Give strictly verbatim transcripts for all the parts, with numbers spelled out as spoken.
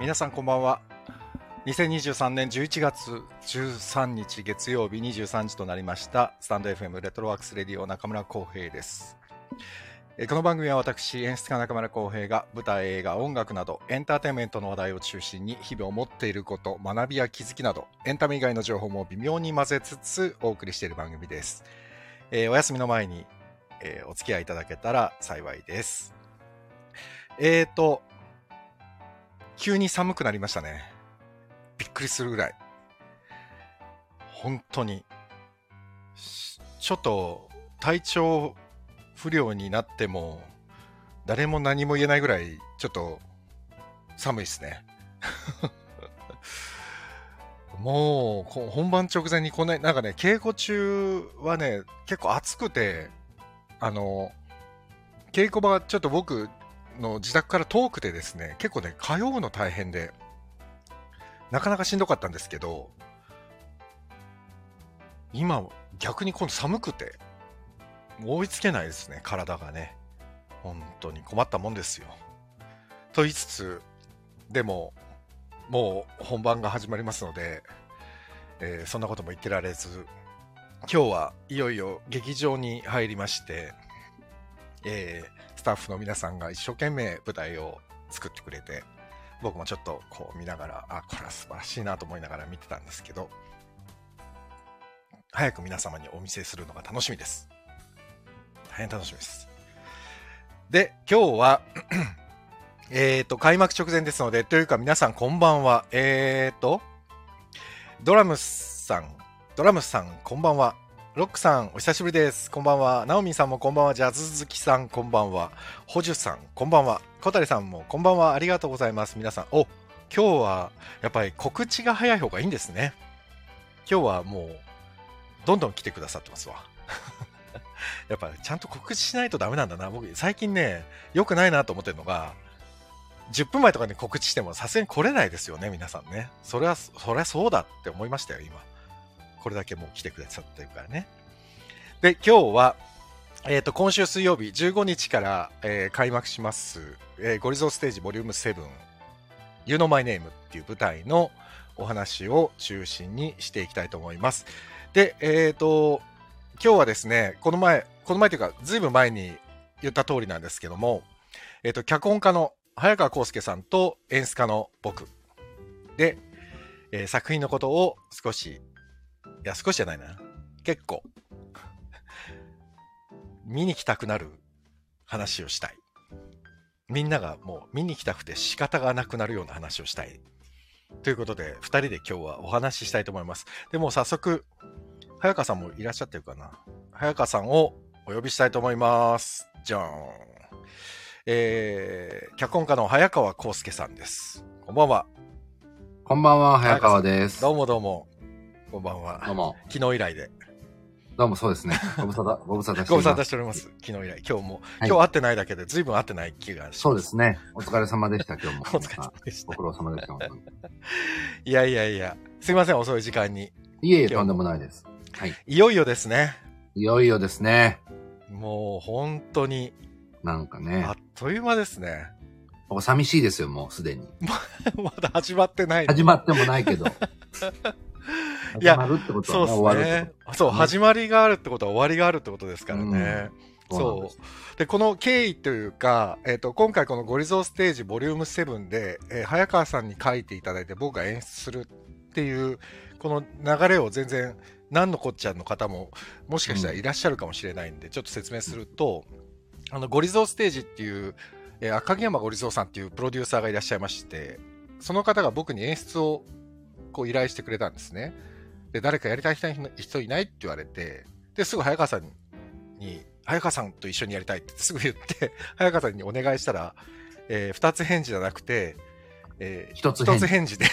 皆さんこんばんは。にせんにじゅうさんねんじゅういちがつじゅうさんにち月曜日にじゅうさんじとなりましたスタンド エフエム レトロワークスレディオ中村浩平です。えこの番組は私演出家中村浩平が舞台、映画、音楽などエンターテインメントの話題を中心に日々思っていること、学びや気づきなどエンタメ以外の情報も微妙に混ぜつつお送りしている番組です。えー、お休みの前に、えー、お付き合いいただけたら幸いです。えーと急に寒くなりましたね。びっくりするぐらい。本当にちょっと体調不良になっても誰も何も言えないぐらいちょっと寒いですね。もう本番直前にこんななんかね、稽古中はね結構暑くて、あの稽古場がちょっと僕の自宅から遠くてですね、結構ね通うの大変でなかなかしんどかったんですけど、今逆に今度寒くて追いつけないですね、体がね。本当に困ったもんですよ。と言いつつでももう本番が始まりますので、えー、そんなことも言ってられず、今日はいよいよ劇場に入りまして、えー、スタッフの皆さんが一生懸命舞台を作ってくれて、僕もちょっとこう見ながら、あ、これは素晴らしいなと思いながら見てたんですけど、早く皆様にお見せするのが楽しみです。大変楽しみです。で、今日はえーと開幕直前ですので、というか皆さんこんばんは。えーとドラムスさんドラムスさんこんばんは。ロックさんお久しぶりです。こんばんは。ナオミンさんもこんばんは。ジャズ好きさんこんばんは。ホジュさんこんばんは。小谷さんもこんばんは。ありがとうございます。皆さん、お、今日はやっぱり告知が早い方がいいんですね。今日はもうどんどん来てくださってますわ。やっぱちゃんと告知しないとダメなんだな。僕最近ね良くないなと思ってるのが、じゅっぷんまえとかに告知してもさすがに来れないですよね、皆さんね。それはそれはそうだって思いましたよ。今これだけもう来てくださってるからね。で、今日は、えー、と今週水曜日じゅうごにちから、えー、開幕します、えー、ゴリゾーステージボリュームセブン You Know My Name っていう舞台のお話を中心にしていきたいと思います。で、えーと今日はですね、この前この前というかずいぶん前に言った通りなんですけども、えーと脚本家の早川康介さんと演出家の僕で、えー、作品のことを少し、いや少しじゃないな、結構見に来たくなる話をしたい。みんながもう見に来たくて仕方がなくなるような話をしたいということで、ふたりで今日はお話ししたいと思います。でも早速早川さんもいらっしゃってるかな。早川さんをお呼びしたいと思います。じゃーん。えー、脚本家の早川康介さんです。こんばんは。 こんばんは、早川です。 どうもどうも。こんばんは。 どうも。 昨日以来で。 どうもそうですね。ご無沙汰、ご無沙汰しております。 ご無沙汰しております。昨日以来。今日も、はい、今日会ってないだけで随分会ってない気がします。 そうですね。お疲れ様でした、今日も。 お疲れ様でした。 ご苦労様でした、本当に。 いやいやいや。すいません、遅い時間に。 いえいえ、とんでもないです。 はい。いよいよですね。 いよいよですね。 もう本当に。 なんかね。 あっという間ですね。 寂しいですよ、もうすでに。 まだ始まってない。 始まってもないけど。 いや、 始まるってことは、ね、 そうですね。そう、始まりがあるってことは終わりがあるってことですからね。うん、そう。で、この経緯というか、えっと、今回このゴリゾーステージボリュームセブンで、えー、早川さんに書いていただいて僕が演出するっていう、この流れを全然、何のこっちゃの方ももしかしたらいらっしゃるかもしれないんで、うん、ちょっと説明すると、あの、ゴリゾーステージっていう、えー、赤城山ゴリゾーさんっていうプロデューサーがいらっしゃいまして、その方が僕に演出をこう依頼してくれたんですね。で、誰かやりたい人いないって言われて、で、すぐ早川さんに、早川さんと一緒にやりたいってすぐ言って、早川さんにお願いしたら、えー、二つ返事じゃなくて、えー、一つ返事、一つ返事で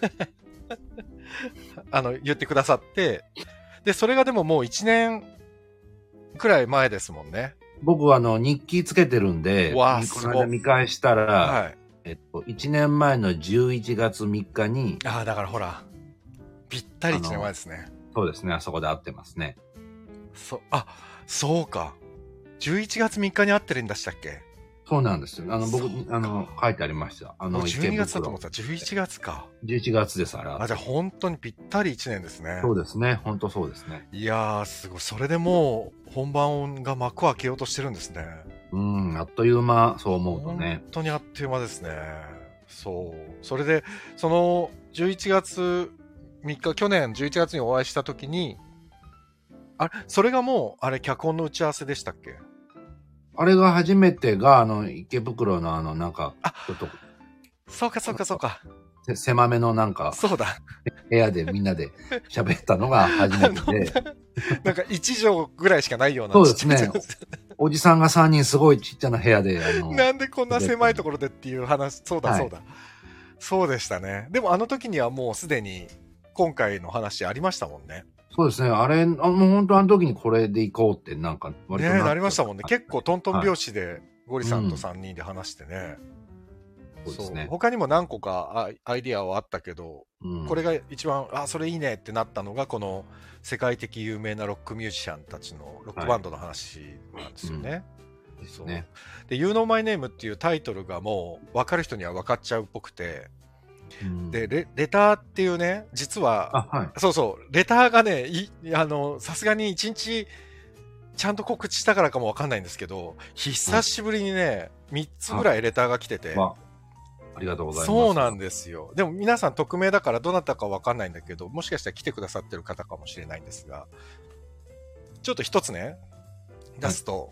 あの、言ってくださって、で、それがでももう一年くらい前ですもんね。 僕はあの、日記つけてるんで、 わこの間見返したら、 はい、 えっと、いちねんまえのじゅういちがつみっかに、 ああ、だからほら、ぴったりいちねんまえですね。 そうですね、あそこで会ってますね。 そ、あ、そうか。じゅういちがつみっかに会ってるんでしたっけ？ そうなんですよ。あの、僕、あの、書いてありました。あの、 じゅうにがつだと思った。じゅういちがつか。 じゅういちがつです、あら。 あ、じゃあ本当にぴったりいちねんですね。 そうですね。本当そうですね。 いやー、すごい。それでもう、本番が幕を開けようとしてるんですね。 うん、あっという間、そう思うとね。 本当にあっという間ですね。そう。それで、その、じゅういちがつみっか、去年じゅういちがつにお会いしたときに、あれ、それがもう、あれ、脚本の打ち合わせでしたっけ？ あれが初めてが、あの、池袋のあの、なんか、ちょっと、 そうかそうかそうか。 せ狭めのなんか、 そうだ。 部屋でみんなで喋ったのが初めてで。 なんか一畳ぐらいしかないような。 そうですね。おじさんがさんにんすごいちっちゃな部屋で、あの。 なんでこんな狭いところでっていう話、そうだそうだ。はい、そうでしたね。でもあの時にはもうすでに今回の話ありましたもんね。 そうですね。あれ、あもう本当あの時にこれで行こうってなんか割とな、ね、なりましたもんね。結構トントン拍子でゴリさんとさんにんで話してね。うん、そうですね。他にも何個かアイディアはあったけど、うん、これが一番、あ、それいいねってなったのがこの世界的有名なロックミュージシャンたちのロックバンドの話なんですよね。はい、うん、ですね。で、You Know My Name っていうタイトルがもう分かる人には分かっちゃうっぽくて、うん、で レ, レターっていうね、実は、はい、そうそう、レターがね、あの、さすがにいちにちちゃんと告知したからかもわかんないんですけど、久しぶりにね、はい、みっつぐらいレターが来てて、 あ, ありがとうございます。 そうなんですよ。でも皆さん匿名だからどなたかわかんないんだけど、もしかしたら来てくださってる方かもしれないんですが、ちょっと一つね、出すと、はい、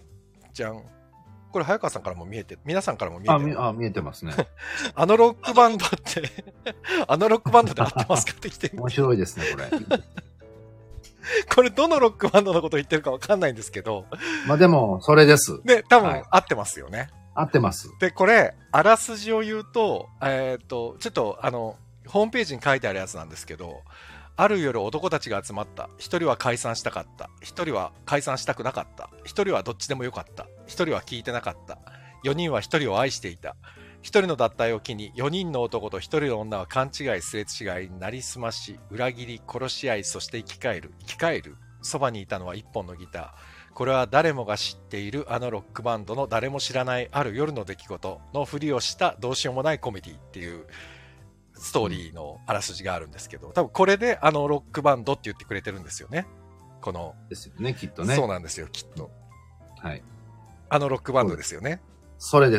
じゃん。これ早川さんからも見えて、皆さんからも見えてる。 あ、見えてますね。 あのロックバンドってあのロックバンドで合ってますかって来てる。 面白いですね、これ。 これどのロックバンドのこと言ってるかわかんないんですけど。 まあでも、それです。 で、多分合ってますよね。はい、 合ってます。 で、これ、あらすじを言うと、えっと、ちょっとあの、ホームページに書いてあるやつなんですけど、ある夜男たちが集まった。一人は解散したかった。一人は解散したくなかった。一人はどっちでもよかった。一人は聞いてなかった。よにんはひとりを愛していた。ひとりの脱退を機によにんの男とひとりの女は勘違い、すれ違い、なりすまし、裏切り、殺し合い、そして生き返る。生き返る。そばにいたのは一本のギター。これは誰もが知っているあのロックバンドの誰も知らないある夜の出来事のふりをしたどうしようもないコメディっていうストーリーのあらすじがあるんですけど、多分これであのロックバンドって言ってくれてるんですよね。この。 ですよね、きっとね。 そうなんですよ、きっと。 はい。 あのロックバンドですよね。 それです。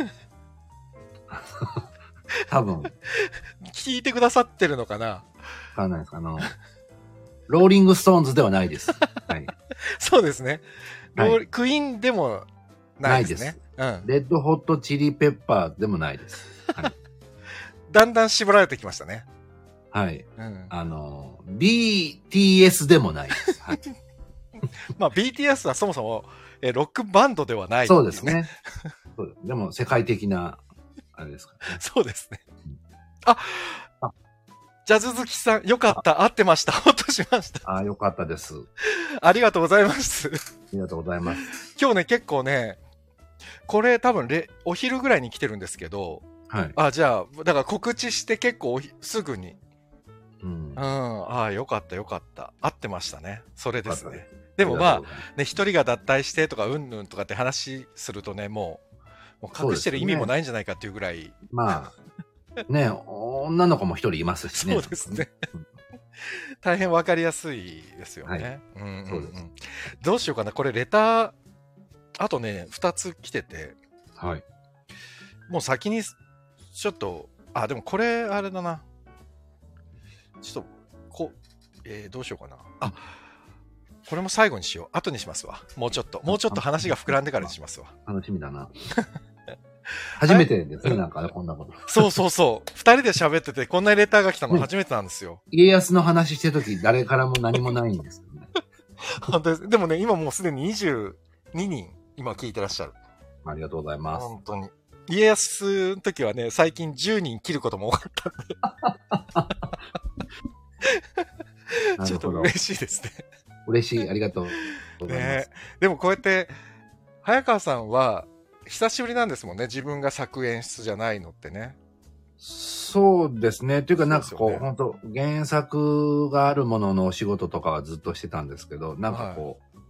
多分。 聞いてくださってるのかな？わかんないです。あの、ローリングストーンズではないです。はい。 そうですね。はい、クイーンでもないですね。 ないです。うん。レッドホットチリペッパーでもないです。はい。 だんだん絞られてきましたね。 はい。うん、あの、ビーティーエス でもないです。はい。 まあ ビーティーエス はそもそもえロックバンドではない、 ね。そうですね。そうです。でも世界的な、あれですからね。 そうですね。あ、あジャズ好きさん、よかった。合ってました。ほっとしました。 ああ、よかったです。 ありがとうございます。 ありがとうございます。 今日ね、結構ね、これ多分レ、お昼ぐらいに来てるんですけど、 はい。 あ、じゃあ、だから告知して結構すぐに。 うん。うん。 ああ、よかったよかった。合ってましたね。それですね。でもまあ、ね、一人が脱退してとか、うんぬんとかって話するとね、もう、もう隠してる意味もないんじゃないかっていうぐらい。 ね、まあ、ね、女の子も一人いますしね。 そうですね。大変わかりやすいですよね。 はい、 うんうんうん、 そうです。 どうしようかな。これレター、あとね、二つ来てて。 はい。 もう先に、ちょっと、あ、でもこれ、あれだな。ちょっと、こう、えー、どうしようかな。あ、これも最後にしよう。後にしますわ。もうちょっと。もうちょっと話が膨らんでからにしますわ。 楽しみだな。初めてですね、なんかね、こんなこと。 そうそうそう。二人で喋ってて、こんなレターが来たの初めてなんですよ。 家康の話してるとき、誰からも何もないんですよね。 本当です。でもね、今もうすでににじゅうににん、今聞いてらっしゃる。 ありがとうございます。 本当に。家康の時はね、最近じゅうにん切ることも多かったんで。ちょっと嬉しいですね。 嬉しい。ありがとうございます。 ね、でもこうやって、早川さんは、久しぶりなんですもんね。自分が作演出じゃないのってね。 そうですね。というかなんかこう、うね、本当原作があるもののお仕事とかはずっとしてたんですけど、なんかこう、はい、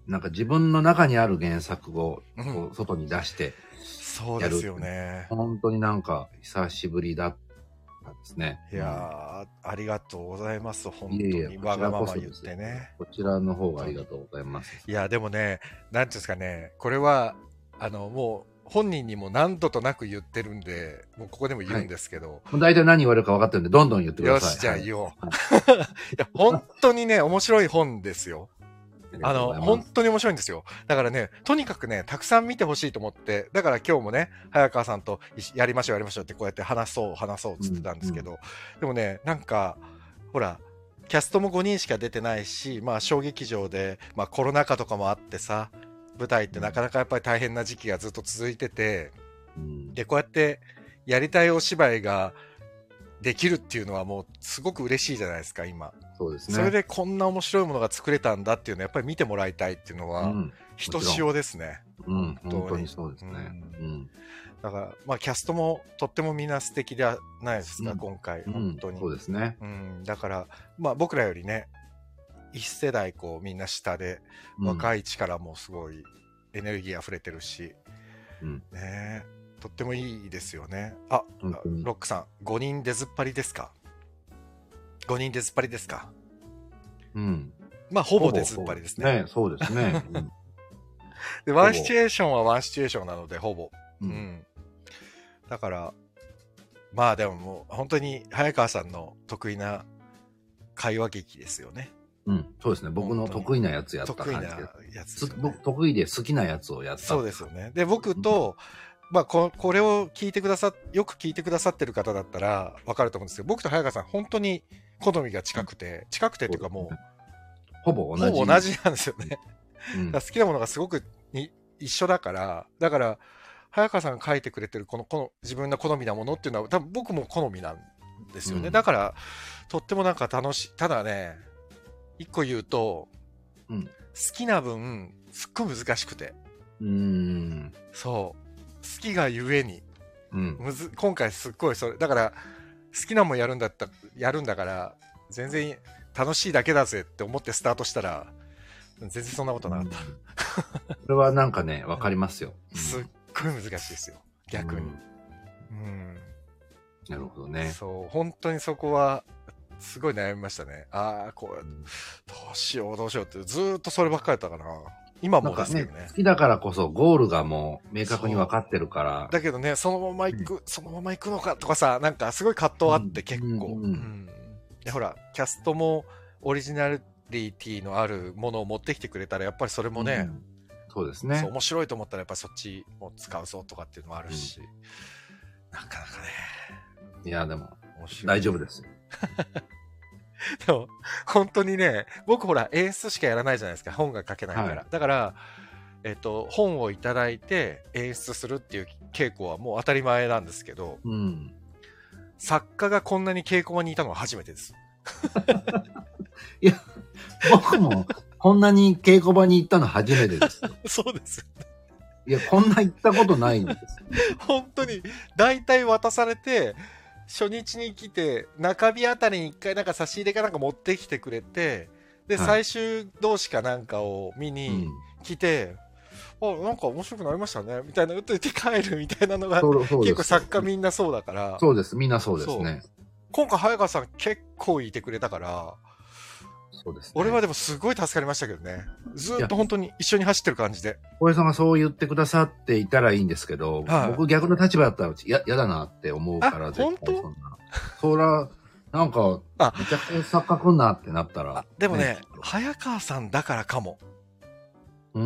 なんか自分の中にある原作をうんこう外に出してそうですよね。 本当になんか久しぶりだったんですね。 いやー、ありがとうございます。本当いえいにえわがままこちら言こそですってね。 こちらの方がありがとうございます。 いや、でもね、なんていうんですかね、これは、あの、もう、本人にも何度となく言ってるんで、もうここでも言うんですけど。 もう大体何言われるか分かってるんで、どんどん言ってください。 よし、じゃあはい言おう。いや、本当にね、面白い本ですよ。あの、本当に面白いんですよ。だからね、とにかくね、たくさん見てほしいと思って、だから今日もね、早川さんとやりましょうやりましょうってこうやって話そう話そうっつってたんですけど、うんうん、でもね、なんか、ほら、キャストもごにんしか出てないし、まあ小劇場で、まあコロナ禍とかもあってさ、舞台ってなかなかやっぱり大変な時期がずっと続いてて、うん、で、こうやってやりたいお芝居ができるっていうのはもうすごく嬉しいじゃないですか、今。 そうですね。 それでこんな面白いものが作れたんだっていうのはやっぱり見てもらいたいっていうのは、ひとしおですね。 うん、本当にそうですね。うんうんだから、まあ、キャストもとってもみんな素敵ではないですか、うん、今回、本当に、 うん。そうですね。 うん、だから、まあ、僕らよりね、一世代こうみんな下で、うん、若い力もすごいエネルギー溢れてるし、うん、ねとってもいいですよね。あ、うん、ロックさん、ごにん出ずっぱりですか ?ご 人出ずっぱりですかうん。 まあ、ほぼ出ずっぱりですね。 ね、そうですね。うん、 で、ワンシチュエーションはワンシチュエーションなので、ほぼ。うん、うんだから、まあでももう本当に早川さんの得意な会話劇ですよね。 うん、そうですね。僕の得意なやつやった感じで。得意なやつ、ね、僕得意で好きなやつをやった。 そうですよね。で、僕と、うん、まあこ、これを聞いてくださ、よく聞いてくださってる方だったらわかると思うんですけど、僕と早川さん本当に好みが近くて、近くてっていうかもう、うほぼ同じ。 ほぼ同じなんですよね。 うん、 好きなものがすごくに一緒だから、だから、早川さんが書いてくれてるこのこの自分の好みなものっていうのは多分僕も好みなんですよね、うん、だからとってもなんか楽しい。ただね一個言うと、うん、好きな分すっごい難しくてうーんそう好きがゆえに、 うん、 むず今回すっごいそれだから好きなもんやるんだったやるんだから全然楽しいだけだぜって思ってスタートしたら全然そんなことなかった、 うん、これはなんかねわかりますよ、 うん、すっごい難しいですよ逆に、うんうん、なるほどね。 そう本当にそこはすごい悩みましたね。ああこう、うん、どうしようどうしようってずーっとそればっかりだったかな。今もですけどね。 ね好きだからこそゴールがもう明確に分かってるから。 だけどねそのまま行く、うん、そのまま行くのかとかさなんかすごい葛藤あって結構、うんうんうん、でほらキャストもオリジナリティのあるものを持ってきてくれたらやっぱりそれもね、うんそうですね。 そう面白いと思ったらやっぱりそっちも使うぞとかっていうのもあるし、うん、なかなかね。 いやでも大丈夫ですよ。 でも本当にね僕ほら演出しかやらないじゃないですか本が書けないから、はい、だからえっと本をいただいて演出するっていう稽古はもう当たり前なんですけど、 うん、 作家がこんなに稽古場にいたのは初めてです。 いや僕もこんなに稽古場に行ったの初めてです。 そうです。 いや、こんな行ったことないんです。 本当に、大体渡されて、初日に来て、中日あたりに一回なんか差し入れかなんか持ってきてくれて、で、はい、最終同士かなんかを見に来て、うん、あ、なんか面白くなりましたね、みたいなこと言って帰るみたいなのが、結構作家みんなそうだから。 そうです、みんなそうですね。 今回、早川さん結構いてくれたから、 そうですね、 俺はでもすごい助かりましたけどね。ずっと本当に一緒に走ってる感じで。 小江さんがそう言ってくださっていたらいいんですけど、はい、僕逆の立場だったらや嫌だなって思うから、 本当？ そんな。そら、なんか、めちゃくちゃ作家くんなってなったら。 でもね、ね早川さんだからかも。 うん。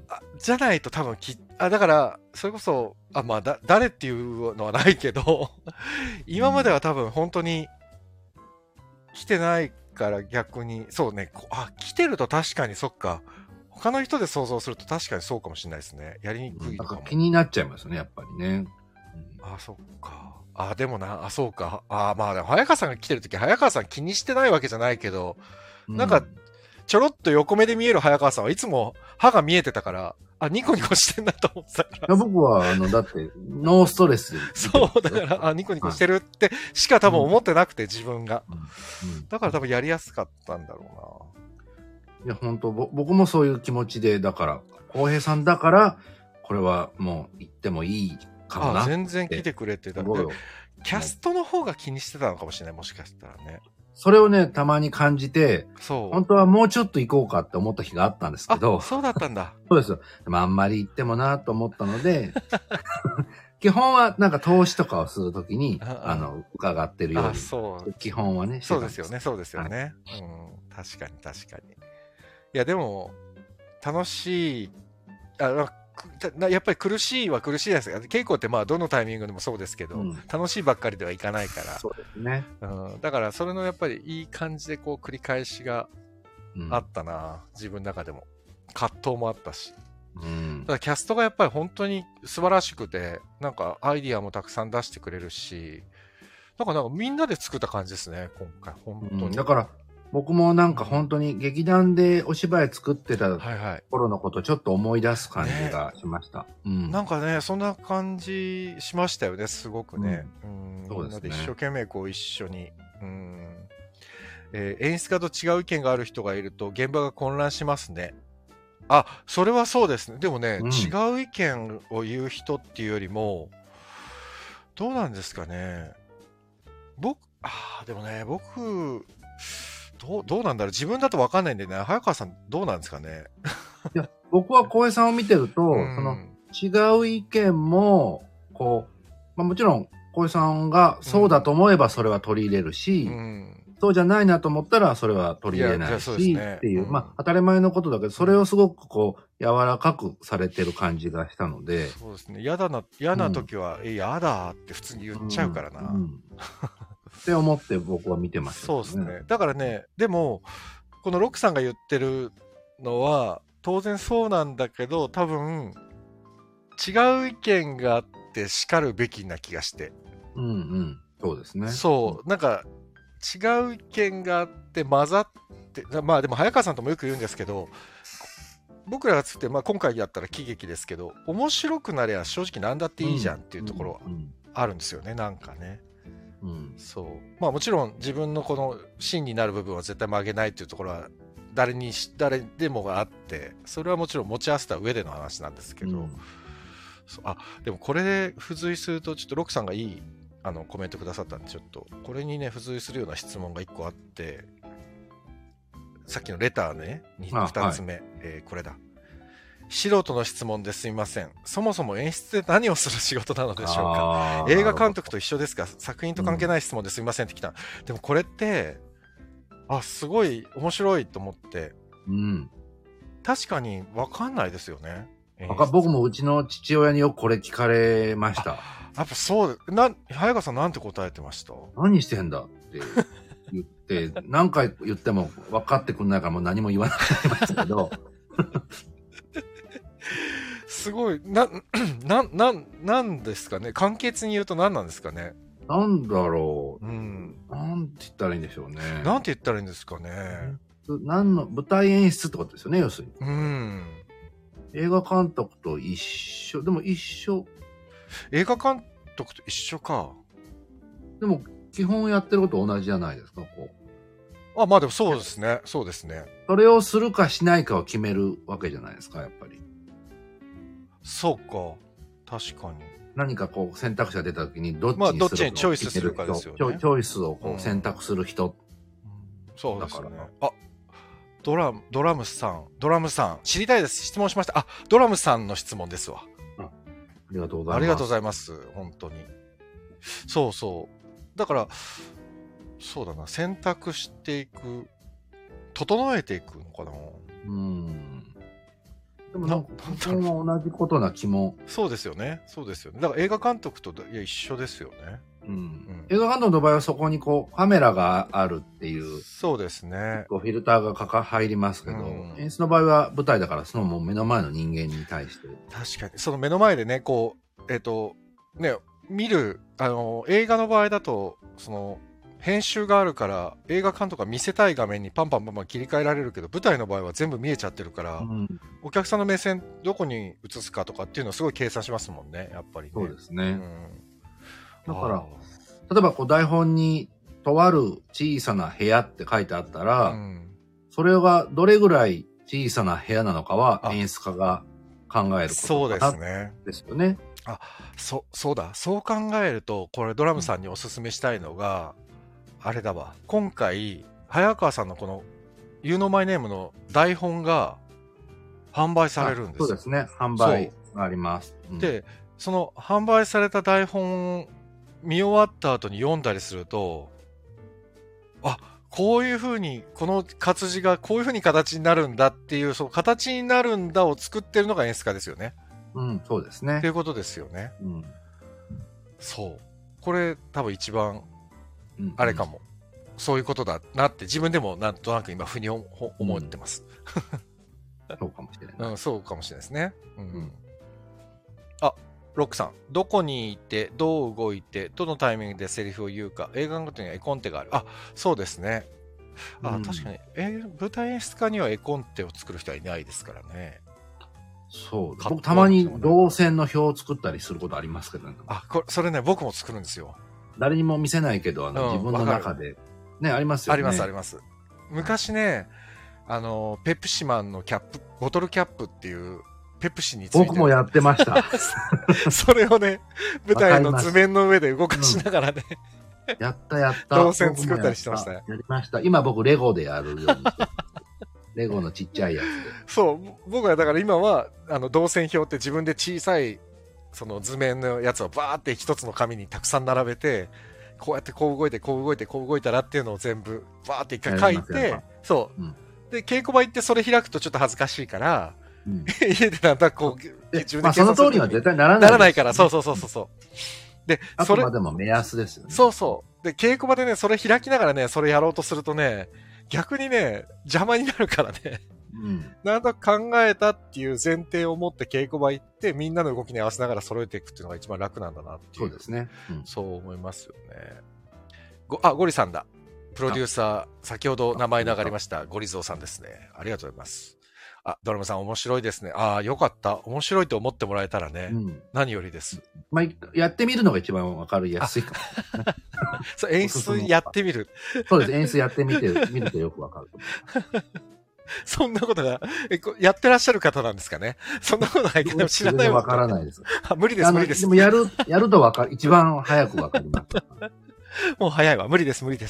あじゃないと多分き、あ、だから、それこそ、あ、まあ、だ、誰っていうのはないけど、今までは多分本当に来てないから逆にそうねあ来てると確かにそっか他の人で想像すると確かにそうかもしれないですねやりにくいのかも、 なんか気になっちゃいますねやっぱりね、うん、 あそっかあでもなあそうかあまあでも早川さんが来てる時早川さん気にしてないわけじゃないけど、うん、なんかちょろっと横目で見える早川さんはいつも歯が見えてたからあニコニコしてんなと思ってたから僕はあのだってノーストレスそうだからあニコニコしてるってしか多分思ってなくて、うん、自分が、うんうん、だから多分やりやすかったんだろいや、本当ぼ僕もそういう気持ちで、だから、浩平さんだから、これはもう言ってもいいかもな。 あ、全然来てくれてた。 すごいよキャストの方が気にしてたのかもしれない、もしかしたらね。 それをね、たまに感じて、 そう。 本当はもうちょっと行こうかって思った日があったんですけど、 あ、そうだったんだ。 そうですよ。でもあんまり行ってもなと思ったので、基本はなんか投資とかをするときに、 あああの、伺ってるようあ、 に、 そう。 基本はね、 そうですよね、そうですよね。うん、確かに確かに。いや、でも、楽しい、あまあくなやっぱり苦しいは苦しいですが、稽古ってまあどのタイミングでもそうですけど、 うん楽しいばっかりではいかないかそうですね。 ら、うん、だからそれのやっぱりいい感じでこう繰り返しがうんあったな、自分の中でも。葛藤もあったし。 うんただキャストがやっぱり本当に素晴らしくて、なんかアイディアもたくさん出してくれるし、なんかなんかみんなで作った感じですね、今回。本当に。 うんだから、僕もなんか本当に劇団でお芝居作ってたはいはい。 頃のことをちょっと思い出す感じがしました。うんなんかね、そんな感じしましたよね、すごくね。うん、 そうですねみんなで一生懸命こう一緒に。うんえー演出家と違う意見がある人がいると現場が混乱しますね。あ、それはそうですね。でもね、 うん違う意見を言う人っていうよりも、どうなんですかね。僕、あーでもね、僕、どう、どうなんだろう。自分だと分かんないんでね、早川さんどうなんですかね。 いや僕は浩平さんを見てると、 うんその違う意見も、こう、まあ、もちろん浩平さんがそうだと思えばそれは取り入れるし、 うんそうじゃないなと思ったらそれは取り入れないいやいやそうですし、 ねっていう、 うんまあ当たり前のことだけど、それをすごくこう柔らかくされてる感じがしたので、 そうですね。嫌だな、嫌な時は、え、嫌だって普通に言っちゃうからな。 んんって思って僕は見てました、 そうですね。だからね、でも、このロックさんが言ってるのは、当然そうなんだけど、多分、違う意見があって叱るべきな気がして。 うんうん。そうですね。 そう、なんか、違う意見があって混ざって、まあでも早川さんともよく言うんですけど、僕らがつって、まあ今回やったら喜劇ですけど、面白くなりゃ正直何だっていいじゃんっていうところはうんあるんですよね、なんかね。 うんうんそう。まあもちろん自分のこの芯になる部分は絶対曲げないっていうところは誰にし、誰でもがあって、それはもちろん持ち合わせた上での話なんですけど、 うんそうあ、でもこれで付随すると、ちょっとロックさんがいいあのコメントくださったんで、ちょっとこれにね、付随するような質問がいっこあって、さっきのレターね、にあふたつめ、えーこれだ。素人の質問ですみません。そもそも演出で何をする仕事なのでしょうか。 あー映画監督と一緒ですが、作品と関係ない質問ですみませんって来た。でもこれって、あ、すごい面白いと思って、 うん。 確かに分かんないですよね。演出わか僕もうちの父親によくこれ聞かれました。 やっぱそう、な、早川さんなんて答えてました何してんだって言って、何回言っても分かってくんないからもう何も言わなくなりましたけど、 すごい、な、な、な、なんですかね。簡潔に言うと何なんですかね。 なんだろうん。 う。なんて言ったらいいんでしょうね。 なんて言ったらいいんですかね。 何の、舞台演出ってことですよね、要するに。 うん。 映画監督と一緒。でも一緒。 映画監督と一緒か。 でも、基本やってること同じじゃないですか、こう。 あ、まあでもそうですね。そうですね。 それをするかしないかを決めるわけじゃないですか、やっぱり。 そうか。確かに。 何かこう選択肢が出た時にどっちまあにするかをどっちにチョイスするかですよねチョイチョイスをこうんう選択する人。 そうですよねだから。 あ、ドラム、ドラムさん、ドラムさん、知りたいです。質問しました。あ、ドラムさんの質問ですわ。 ありがとうございます。 ありがとうございます。本当に。そうそう。だから、そうだな。選択していく、整えていくのかな。 うん。でもなんか、 な基本は同じことな気も。 そうですよね。そうですよね。だから映画監督といや一緒ですよね。 うんん映画監督の場合はそこにこうカメラがあるっていう、 そうですね。 こうフィルターがかか入りますけど、 うん演出の場合は舞台だからそのもう目の前の人間に対して。 確かに。その目の前でね、こう、えっ、と、ね、見る、あの、映画の場合だと、その、編集があるから映画監督が見せたい画面にパンパンパンパン切り替えられるけど舞台の場合は全部見えちゃってるから、 うん、 お客さんの目線どこに映すかとかっていうのをすごい計算しますもんねやっぱりね。 そうですね。 うん、 だからあ例えばこう台本にとある小さな部屋って書いてあったら、 ーうんそれがどれぐらい小さな部屋なのかはあ演出家が考えるこそうでとかなすね。 ですよね。 あ、そ、そうだ。そう考えると、これドラムさんにおすすめしたいのが、あれだわ。今回、早川さんのこの You Know My Name の台本が販売されるんですよ。 そうですね。販売があります。うん、 で、その販売された台本を見終わった後に読んだりすると、あ、こういう風に、この活字がこういう風に形になるんだっていう、その形になるんだを作ってるのが演出家ですよね。 うん、そうですね。 っていうことですよね。 うん、 そう。これ多分一番、 うん、 あれかも、うん。そういうことだなって自分でもなんとなく今、ふに思ってます。 うん、そうかもしれない。 うん、そうかもしれないですね。うん。うん、あ、ロックさん。どこにいて、どう動いて、どのタイミングでセリフを言うか、映画ごとには絵コンテがある。あ、そうですね。あ、うん、確かに、えー、舞台演出家には絵コンテを作る人はいないですからね。 そう。僕たまに動線の表を作ったりすることありますけどね。 あ、これ、それね、僕も作るんですよ。 誰にも見せないけど、あの、うん、自分の中で。ね、ありますよね。 あります、あります。昔ね、あの、ペプシマンのキャップ、ボトルキャップっていう、ペプシについて。 僕もやってました。 それをね、舞台の図面の上で動かしながらね。 うん、やったやった。 動線作ったりしてましたね。 やりました。今僕レゴでやるようにして。レゴのちっちゃいやつで。 そう、僕はだから今は、あの、動線表って自分で小さい、その図面のやつをバーって一つの紙にたくさん並べて、こうやってこう動いて、こう動いて、こう動いたらっていうのを全部バーって一回書いて、そう、うん。で、稽古場行ってそれ開くとちょっと恥ずかしいから、うん、家でなんだこう、 自分でまあその通りは絶対ならない、 ね。ならないから、そうそうそうそう。 で、それ。あくまでも目安ですよね。 そうそう。で、稽古場でね、それ開きながらね、それやろうとするとね、逆にね、邪魔になるからね。うん、なんと考えたっていう前提を持って稽古場行って、みんなの動きに合わせながら揃えていくっていうのが一番楽なんだなっていう。 そうですね。 うん、そう思いますよね。ご、あ、ゴリさんだ。プロデューサー、先ほど名前が上がりました、ゴリゾーさんですね。ありがとうございます。あ、ドラムさん面白いですね。ああ、よかった。面白いと思ってもらえたらね。うん、何よりです。 まあ、やってみるのが一番わかりやすいかも、ね。 そう、演出やってみる。 そうです。演出やってみて、見るとよくわかると思う。 そんなことが、え、やってらっしゃる方なんですかね。そんなことないけど知らないわからないです。 あ、無理です、無理です。 でもやる、やるとわかる。一番早くわかります。 もう早いわ。無理です、無理です。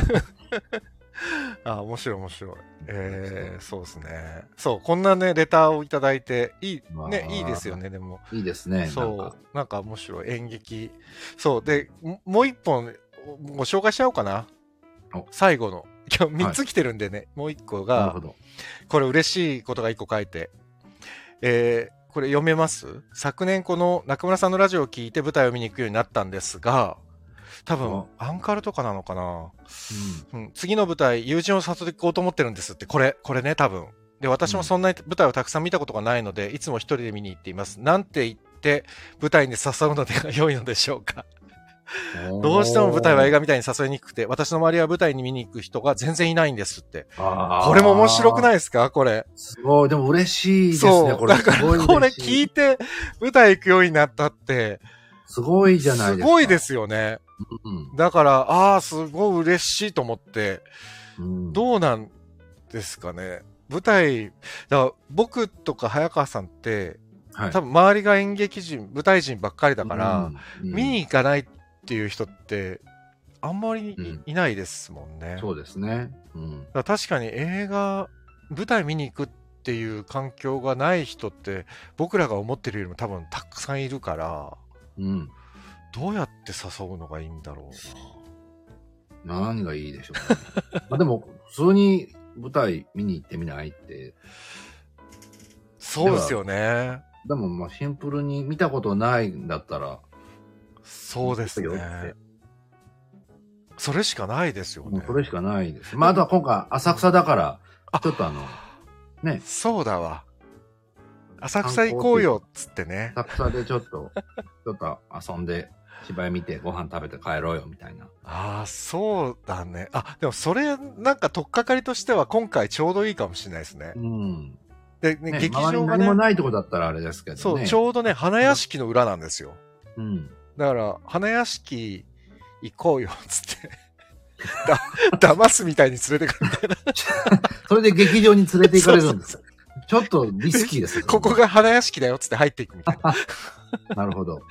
あ、面白い、面白い。えー、そうですね。そう、こんなね、レターをいただいて、いい、ね、いいですよね、でも。 いいですね。 そう、なんか、なんか面白い。演劇。そう、で、もう一本、ご紹介しちゃおうかな。最後の。今日みっつ来てるんでね、はい、もういっこが、なるほど。これ嬉しいことがいっこ書いて、えー、これ読めます？昨年この中村さんのラジオを聞いて舞台を見に行くようになったんですが、多分、アンカルとかなのかな、うんうん、次の舞台、友人を誘っていこうと思ってるんですって、これ、これね、多分。で、私もそんなに舞台をたくさん見たことがないので、いつも一人で見に行っています。なんて言って舞台に誘うのでが良いのでしょうか。どうしても舞台は映画みたいに誘いにくくて、私の周りは舞台に見に行く人が全然いないんですって。これも面白くないですかこれ。 すごい。でも嬉しいですね、 そうこれ。 だからこれ聞いて舞台行くようになったって、 すごいじゃないですか。 すごいですよね。うん、だから、ああ、すごい嬉しいと思って、うん、どうなんですかね。舞台、だから僕とか早川さんって、はい、多分周りが演劇人、舞台人ばっかりだから、うんうん、見に行かないっていう人ってあんまり い,、うん、いないですもんね。 そうですね。うん、 だ確かに映画、舞台見に行くっていう環境がない人って僕らが思ってるよりも多分たくさんいるから、うん、どうやって誘うのがいいんだろうな。何がいいでしょうね。まあでも普通に舞台見に行ってみないって。 そうですよね。 でもまあシンプルに見たことないんだったら。 そうですね。それしかないですよね。 それしかないです。まああとは今回浅草だから、ちょっとあの、ね。 そうだわ。浅草行こうよっつってね。 浅草でちょっと、ちょっと遊んで、芝居見てご飯食べて帰ろうよみたいな。 ああ、そうだね。あ、でもそれなんか取っかかりとしては今回ちょうどいいかもしれないですね。うん。で、ね、 ね、 劇場がね。 何もないとこだったらあれですけどね。 そう、ちょうどね、花屋敷の裏なんですよ。うん。だから、花屋敷行こうよ、つって。 だ、騙すみたいに連れてくるみたいな。 それで劇場に連れて行かれるんですよ。ちょっとリスキーですよ。 ここが花屋敷だよっつって入っていくみたいな。 なるほど。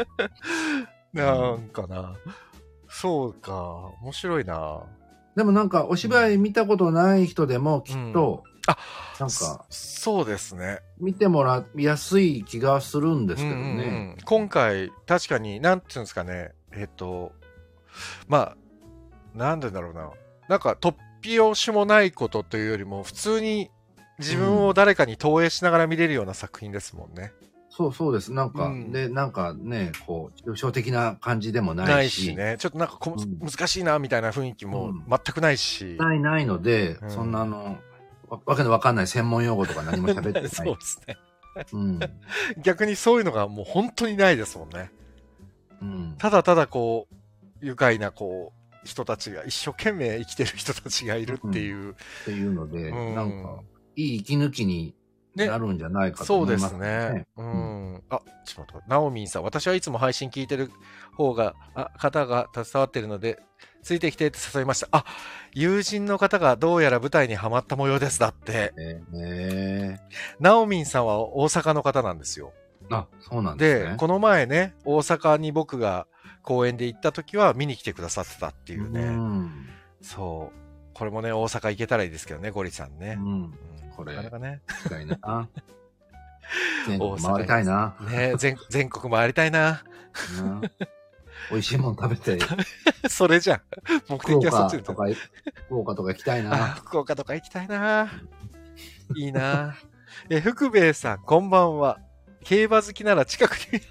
なんかな。そうか。面白いな。 でもなんかお芝居見たことない人でもきっと、 うん、あ、 なんか、 そうですね。 見てもらいやすい気がするんですけどね。うんうん、 今回、確かに、なんていうんですかね。えっと、まあ、なんでだろうな。なんか、突拍子もないことというよりも、普通に自分を誰かに投影しながら見れるような作品ですもんね。 うん、そうそうです。なんか、うん、で、なんかね、こう、抽象的な感じでもないし。 ないしね。ちょっとなんかこ、うん、難しいな、みたいな雰囲気も全くないし。 うん、ない、ないので、うん、そんなあの、わ, わけのわかんない専門用語とか何も喋ってない。 そうですね。 うん、 逆にそういうのがもう本当にないですもんね。 うん、 ただただこう、愉快なこう、人たちが、一生懸命生きてる人たちがいるっていう。うん、 っていうので、うん、なんか、いい息抜きになるんじゃないかと思いますね。 ね、そうですね。うん。あ、ちょっと待って、ナオミンさん、私はいつも配信聞いてる方が、あ、方が携わってるので、ついてきてって誘いました。あ、友人の方がどうやら舞台にハマった模様です。だって。 えー、 ナオミンさんは大阪の方なんですよ。 あ、そうなんですね。 で、この前ね、大阪に僕が公演で行った時は見に来てくださってたっていうね。うん、そう。これもね、大阪行けたらいいですけどね、ゴリさんね。 うん。これ、 なかなかね。 近いな。全国回りたいな。 ね全、全国回りたいな。 うん、美味しいもん食べて。 それじゃん。目的はそっちで。 福岡とか、福岡とか行きたいな。 福岡とか行きたいな。いいな。え、福兵衛さん、こんばんは。競馬好きなら近くに、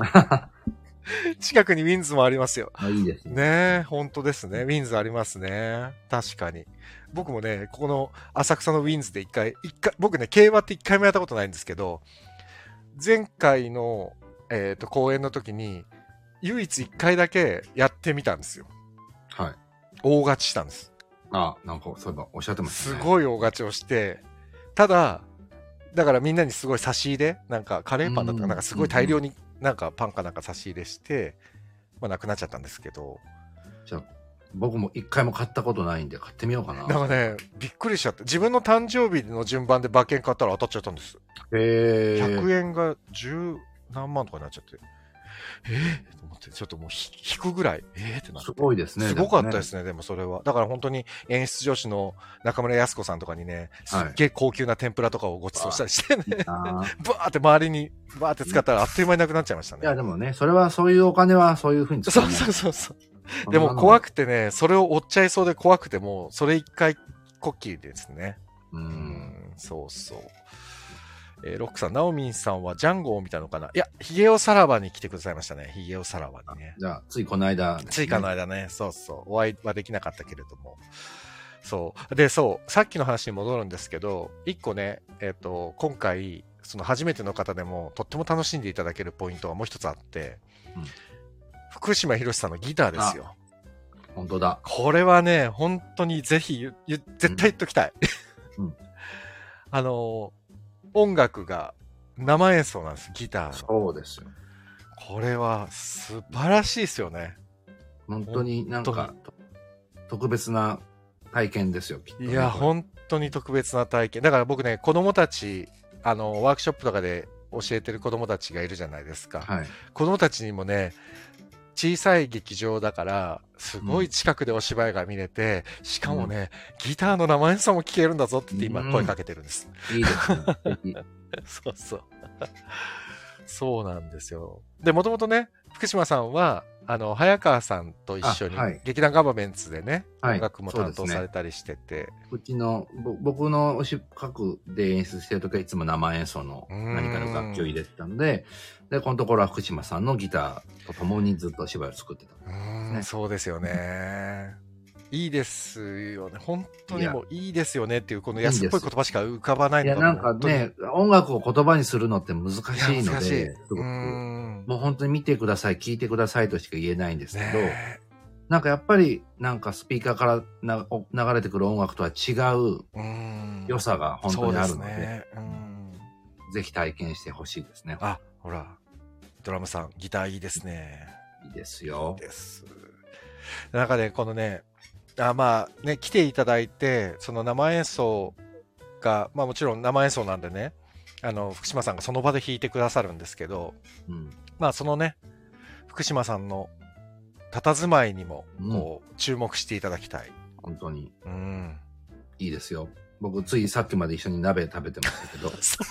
近くにウィンズもありますよ。 あ、いいですね。 ねえ、本当ですね。ウィンズありますね。確かに。僕もね、ここの浅草のウィンズで一回、一回、僕ね、競馬って一回もやったことないんですけど、前回の、えっと、公演の時に、唯一一回だけやってみたんですよ。 はい。 大勝ちしたんです。 あ、なんかそういえばおっしゃってましたね。 すごい大勝ちをして、ただ、だからみんなにすごい差し入れ、なんかカレーパンだとか、なんかすごい大量になんかパンかなんか差し入れして、まあなくなっちゃったんですけど。 じゃあ、僕も一回も買ったことないんで買ってみようかな。 なんかね、びっくりしちゃって、自分の誕生日の順番で馬券買ったら当たっちゃったんです。 へー。ひゃくえんがじゅう何万とかになっちゃって。えー、と思って、ちょっともう引くぐらい、えーってなって。 すごいですね。 すごかったですね、でもそれは。だから本当に演出女子の中村靖子さんとかにね、すっげえ高級な天ぷらとかをご馳走したりしてね、バーって周りにバーって使ったらあっという間になくなっちゃいましたね。 いやでもね、それはそういうお金はそういうふうに使う。 そうそうそうそう。でも怖くてね、それを追っちゃいそうで怖くても、それ一回こっきりですね。 うん、 うんそうそう。えー、ロックさん、ナオミンさんはジャンゴを見たのかな。いや、ヒゲオさらばに来てくださいましたね。ヒゲオさらばにね。 じゃあ、ついこの間、ね。 ついこの間ね。そうそう。お会いはできなかったけれども。そう。で、そう。さっきの話に戻るんですけど、一個ね、えっと、今回、その初めての方でもとっても楽しんでいただけるポイントがもう一つあって、うん、福島博さんのギターですよ。 本当だ。 これはね、本当にぜひ、絶対言っときたい。うんうん、あの、音楽が生演奏なんです、ギターの。 そうですよ。 これは素晴らしいですよね。 本当になんか特別な体験ですよ、きっと、ね。 いや、本当に特別な体験。だから僕ね、子供たち、あの、ワークショップとかで教えてる子供たちがいるじゃないですか。 はい、 子供たちにもね、小さい劇場だから、すごい近くでお芝居が見れて、うん、しかもね、うん、ギターの生演奏も聴けるんだぞって言って今声かけてるんです。 うん、いいですね。 そうそう。そうなんですよ。で、もともとね、福島さんは、あの、早川さんと一緒に、はい、劇団ガバメンツでね、はい、音楽も担当されたりしてて。 うちの、僕のおし各で演出してるときはいつも生演奏の何かの楽器を入れてたんで、で、このところは福島さんのギターと共にずっと芝居を作ってたんですね。 うん、そうですよね。いいですよね。本当にもういいですよねっていう、この安っぽい言葉しか浮かばないのが。 いや、なんかね、音楽を言葉にするのって難しいので、すごく。もう本当に見てください、聞いてくださいとしか言えないんですけど、なんかやっぱり、なんかスピーカーからな流れてくる音楽とは違う良さが本当にあるので、ね、ぜひ体験してほしいですね。 あ、ほら、ドラムさん、ギターいいですね。 いいですよ。 いいです。なんかね、このね、 あまあね、来ていただいて、その生演奏が、まあもちろん生演奏なんでね、あの、福島さんがその場で弾いてくださるんですけど、うん、まあそのね、福島さんの佇まいにも、こう、うん、注目していただきたい。 本当に。 うん。 いいですよ。僕、ついさっきまで一緒に鍋食べてましたけど。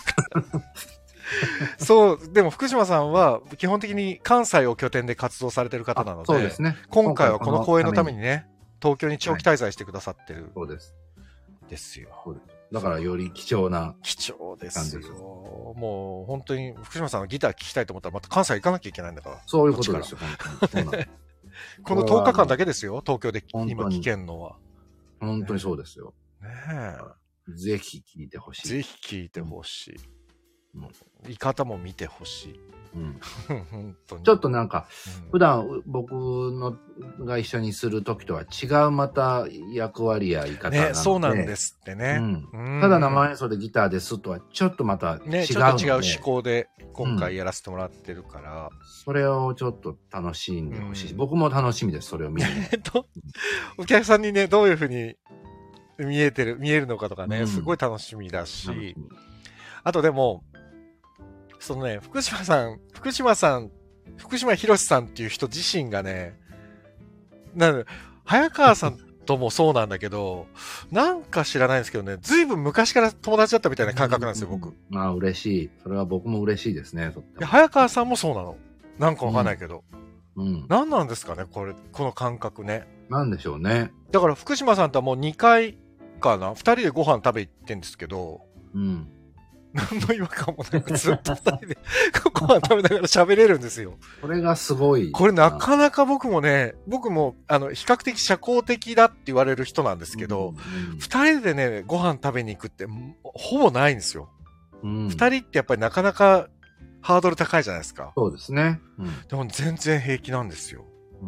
そう、でも福島さんは基本的に関西を拠点で活動されてる方なので、 そうですね。 今回はこの公演のためにね、東京に長期滞在してくださってる。 そうです。 ですよ。 だからより貴重な。 貴重ですよ。もう本当に福島さんのギター聴きたいと思ったらまた関西行かなきゃいけないんだから。 そういうことですよ、本当に。 このとおかかんだけですよ、東京で今聴けんのは。 本当にそうですよ。 ねえ。 ぜひ聴いてほしい。 ぜひ聴いてほしい。言い方も見てほしい。うん、本当にちょっとなんか、うん、普段僕のが一緒にする時とは違うまた役割や言い方なので、ね、 そうなんですってね、 うん、ただ生演奏でギターですとはちょっとまた違うので、ね、ちょっと違う思考で今回やらせてもらってるから、うん、 それをちょっと楽しんでほしいし、うん、僕も楽しみです、それを見るのお客さんにねどういうふうに見えてる見えるのかとかね、うん、すごい楽しみだし、あとでもそのね、福島さん、福島さん、福島博さんっていう人自身がね、なんで、早川さんともそうなんだけど、なんか知らないんですけどね、ずいぶん昔から友達だったみたいな感覚なんですよ、僕。 まあ、嬉しい。それは僕も嬉しいですね。 早川さんもそうなの。なんかわかんないけど。うん。うん、何なんですかね、これ、この感覚ね。 なんでしょうね。 だから福島さんとはもうにかいかな、ふたりでご飯食べ行ってんですけど、うん。何の違和感もなくずっとふたりでご飯食べながら喋れるんですよ。 これがすごい。 これなかなか僕もね、僕もあの比較的社交的だって言われる人なんですけど、二、うんうん、人でね、ご飯食べに行くってほぼないんですよ。二、うん、人ってやっぱりなかなかハードル高いじゃないですか。 そうですね。 うん、でも全然平気なんですよ。うん。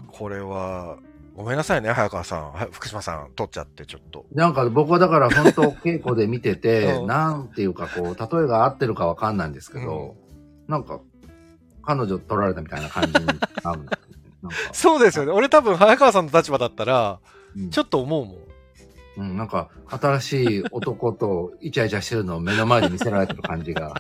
これは、ごめんなさいね、早川さん。福島さん、取っちゃって、ちょっと。 なんか僕はだから本当稽古で見てて、うん、なんていうかこう、例えが合ってるかわかんないんですけど、うん、なんか、彼女取られたみたいな感じになるんですよね。なんかそうですよね。俺多分早川さんの立場だったら、うん、ちょっと思うもん。 うん、なんか、新しい男とイチャイチャしてるのを目の前で見せられてる感じが。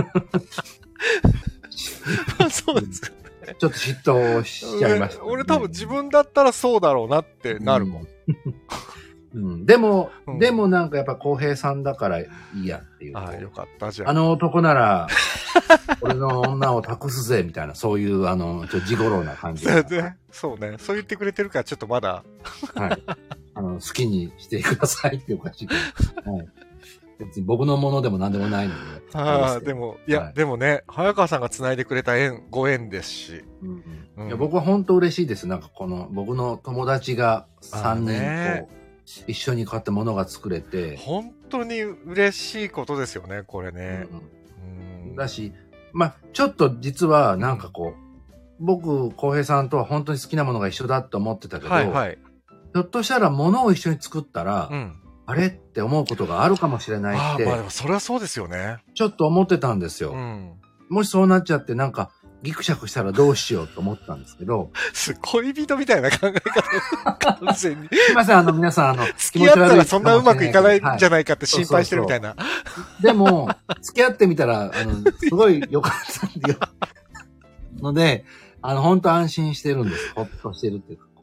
そうですよ。 ちょっと嫉妬しちゃいました、ね、 俺多分自分だったらそうだろうなってなるもん。 うんうん、でも、うん、でもなんかやっぱ浩平さんだからいいやっていう。 ああ、よかった。じゃあ。 あの男なら、俺の女を託すぜみたいな、そういう、あの、ちょっと地頃な感じ。 そうね。そう言ってくれてるからちょっとまだ。 はい。あの、好きにしてくださいっておかしいけど。はい。別に僕のものでも何でもないので。 ああ、でも、いや、はい、でもね、早川さんが繋いでくれた縁、ご縁ですし。 うんうん、いや僕は本当嬉しいです。なんかこの、僕の友達がさんにんこう、一緒に買って物が作れて。 本当に嬉しいことですよね、これね。 うんうん、だし、まあちょっと実はなんかこう、僕、浩平さんとは本当に好きなものが一緒だと思ってたけど、はいはい、ひょっとしたら物を一緒に作ったら、うんあれって思うことがあるかもしれないって。 ああ、まあでもそれはそうですよね。 ちょっと思ってたんですよ。うん、もしそうなっちゃってなんかギクシャクしたらどうしようと思ったんですけど。 恋人みたいな考え方。完全に。 すいません、あの皆さん、あの、 付き合ったらそんなうまくいかないんじゃないかって心配してるみたいな。 でも、付き合ってみたら、あの、すごい良かったんでよ。ので、あの、本当安心してるんです。ほっとしてるっていうか。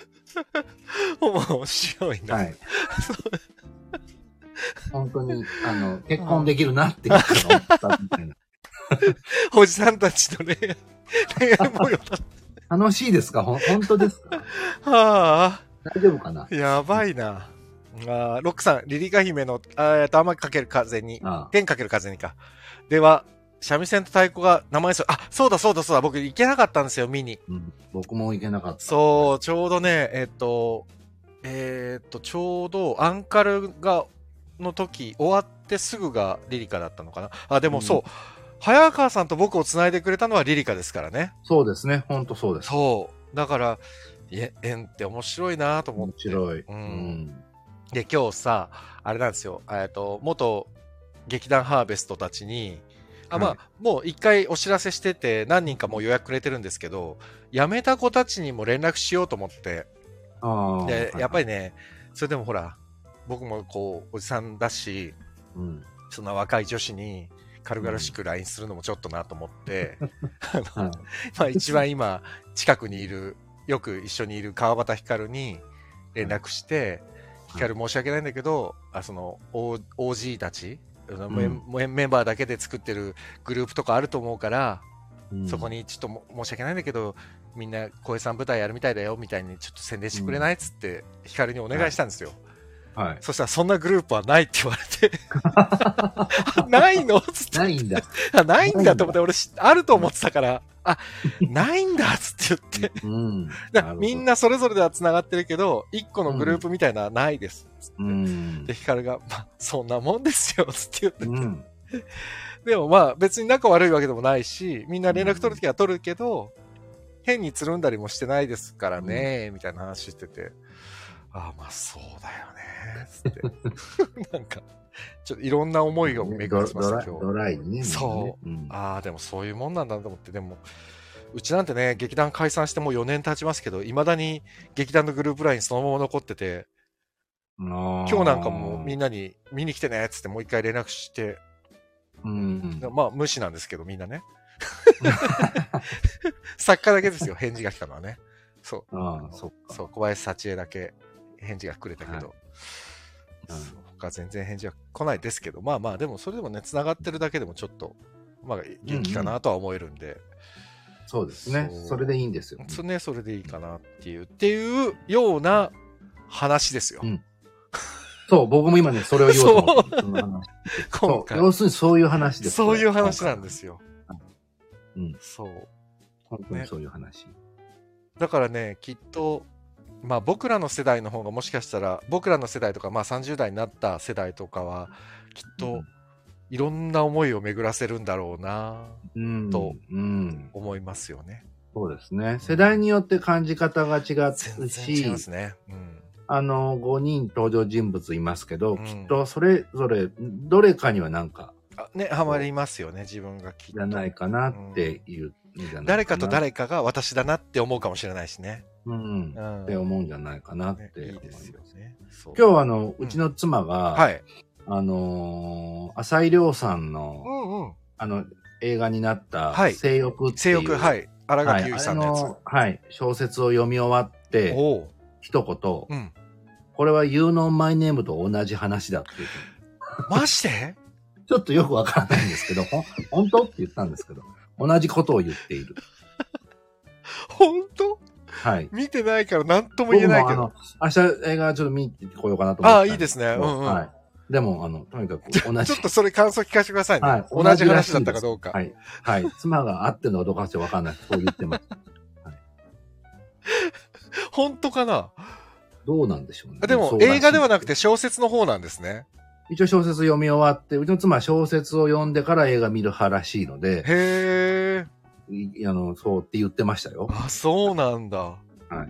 面白いな。はい。 本当に、あの、結婚できるなって思ったみたいな。 おじさんたちの恋愛、恋愛模様だ。 楽しいですかほ本当ですかはあ。 大丈夫かなやばいな。あロックさん、リリカ姫の、えっと、天かける風に、ああ天かける風にか。では、三味線と太鼓が生演奏、あ、そうだそうだそうだ、僕行けなかったんですよ、見に。 うん、僕も行けなかった。 そう、ちょうどね、えっと、えっと、ちょうどアンカルが、の時、終わってすぐがリリカだったのかな。あ、でもそう、うん、早川さんと僕を繋いでくれたのはリリカですからね。 そうですね、ほんとそうです。 そう。だから、え、縁って面白いなと思って。 面白い。 うん。うん、で、今日さ、あれなんですよ、えっと、元劇団ハーベストたちに、あ、まあ、はい、もう一回お知らせしてて、何人かもう予約くれてるんですけど、辞めた子たちにも連絡しようと思って、 ああ。 で、やっぱりね、それでもほら、僕もこう、おじさんだし、 うん、 そんな若い女子に軽々しく ライン するのもちょっとなと思って、あの、はい、まあ一番今、近くにいる、よく一緒にいる川端光に連絡して、はい、光申し訳ないんだけど、あその、オージー たち、うん、メ, メンバーだけで作ってるグループとかあると思うから、うん、そこにちょっと申し訳ないんだけど、みんな小江さん舞台やるみたいだよみたいにちょっと宣伝してくれないっつって、うん、光にお願いしたんですよ。はいはい、そしたらそんなグループはないって言われてないのっつって。 ないんだ。 ないんだと思って、俺あると思ってたから、あ、ないんだっつって言って。うん、だみんなそれぞれでは繋がってるけど、一個のグループみたいなのはないですっつって。うん、で、光が、まあ、そんなもんですよっつって言ってて。うん、でもまあ別に仲悪いわけでもないし、みんな連絡取るときは取るけど、変につるんだりもしてないですからね、うん、みたいな話してて。ああ、まあそうだよね、つって。なんか、ちょっといろんな思いが巡らせました、ね、今日。 ドライね。 そう。うん、ああ、でもそういうもんなんだと思って、でも、うちなんてね、劇団解散してもうよねん経ちますけど、いまだに劇団のグループラインそのまま残ってて、今日なんかもみんなに見に来てね、つってもう一回連絡して、うん、まあ無視なんですけど、みんなね。作家だけですよ、返事が来たのはね。そう。ああ、そっか。そう、小林幸恵だけ返事がくれたけど、はい、うん、他全然返事は来ないですけど、まあまあ、でもそれでもね、繋がってるだけでもちょっと、まあ、元気かなとは思えるんで。うんうん、 そうですね。それでいいんですよ。 そ, ね、それでいいかなっていう、っていうような話ですよ。うん、 そう、僕も今ね、それを言おうと思って。その話今回。要するにそういう話です。 そういう話なんですよ。 うん。 そう。 本当にそういう話。ね、 だからね、きっと、まあ僕らの世代の方がもしかしたら、僕らの世代とか、まあさんじゅう代になった世代とかは、きっと、いろんな思いを巡らせるんだろうな、うん、と思いますよね、 うん。そうですね。世代によって感じ方が違うし、 全然違いますね。うん、 あの、ごにん登場人物いますけど、うん、きっとそれぞれ、どれかにはなんか、 ね、ハマりますよね、自分がきっと。 じゃないかなっていう。うん、 誰かと誰かが私だなって思うかもしれないしね。 うん。うん、って思うんじゃないかなって思います。ね、いいですよね。今日あの、うちの妻が、うん、はい。あのー、浅井亮さんの、うんうん、あの、映画になった、性欲っていう。 性欲、はい。新垣結衣さんのやつ、 はい。はい。小説を読み終わって、一言、うん、これは You Know My Name と同じ話だって言って。 マジでちょっとよくわからないんですけど、ほ本当って言ったんですけど、同じことを言っている。 本当？ はい。 見てないから何とも言えないけど。 僕もあの、明日映画ちょっと見に来ようかなと思って。 ああ、いいですね。うんうん。はい。 でも、あの、とにかく同じ。 ちょっとそれ感想聞かせてくださいね。はい。同じ話だったかどうか。 はい。はい。妻があってんのかどうかわかんない。そう言ってます。はい。 本当かな？ どうなんでしょうね。 でも、映画ではなくて小説の方なんですね。 一応小説読み終わって、うちの妻は小説を読んでから映画見る派らしいので。 へー。あの、そうって言ってましたよ。 あ、そうなんだ。はい。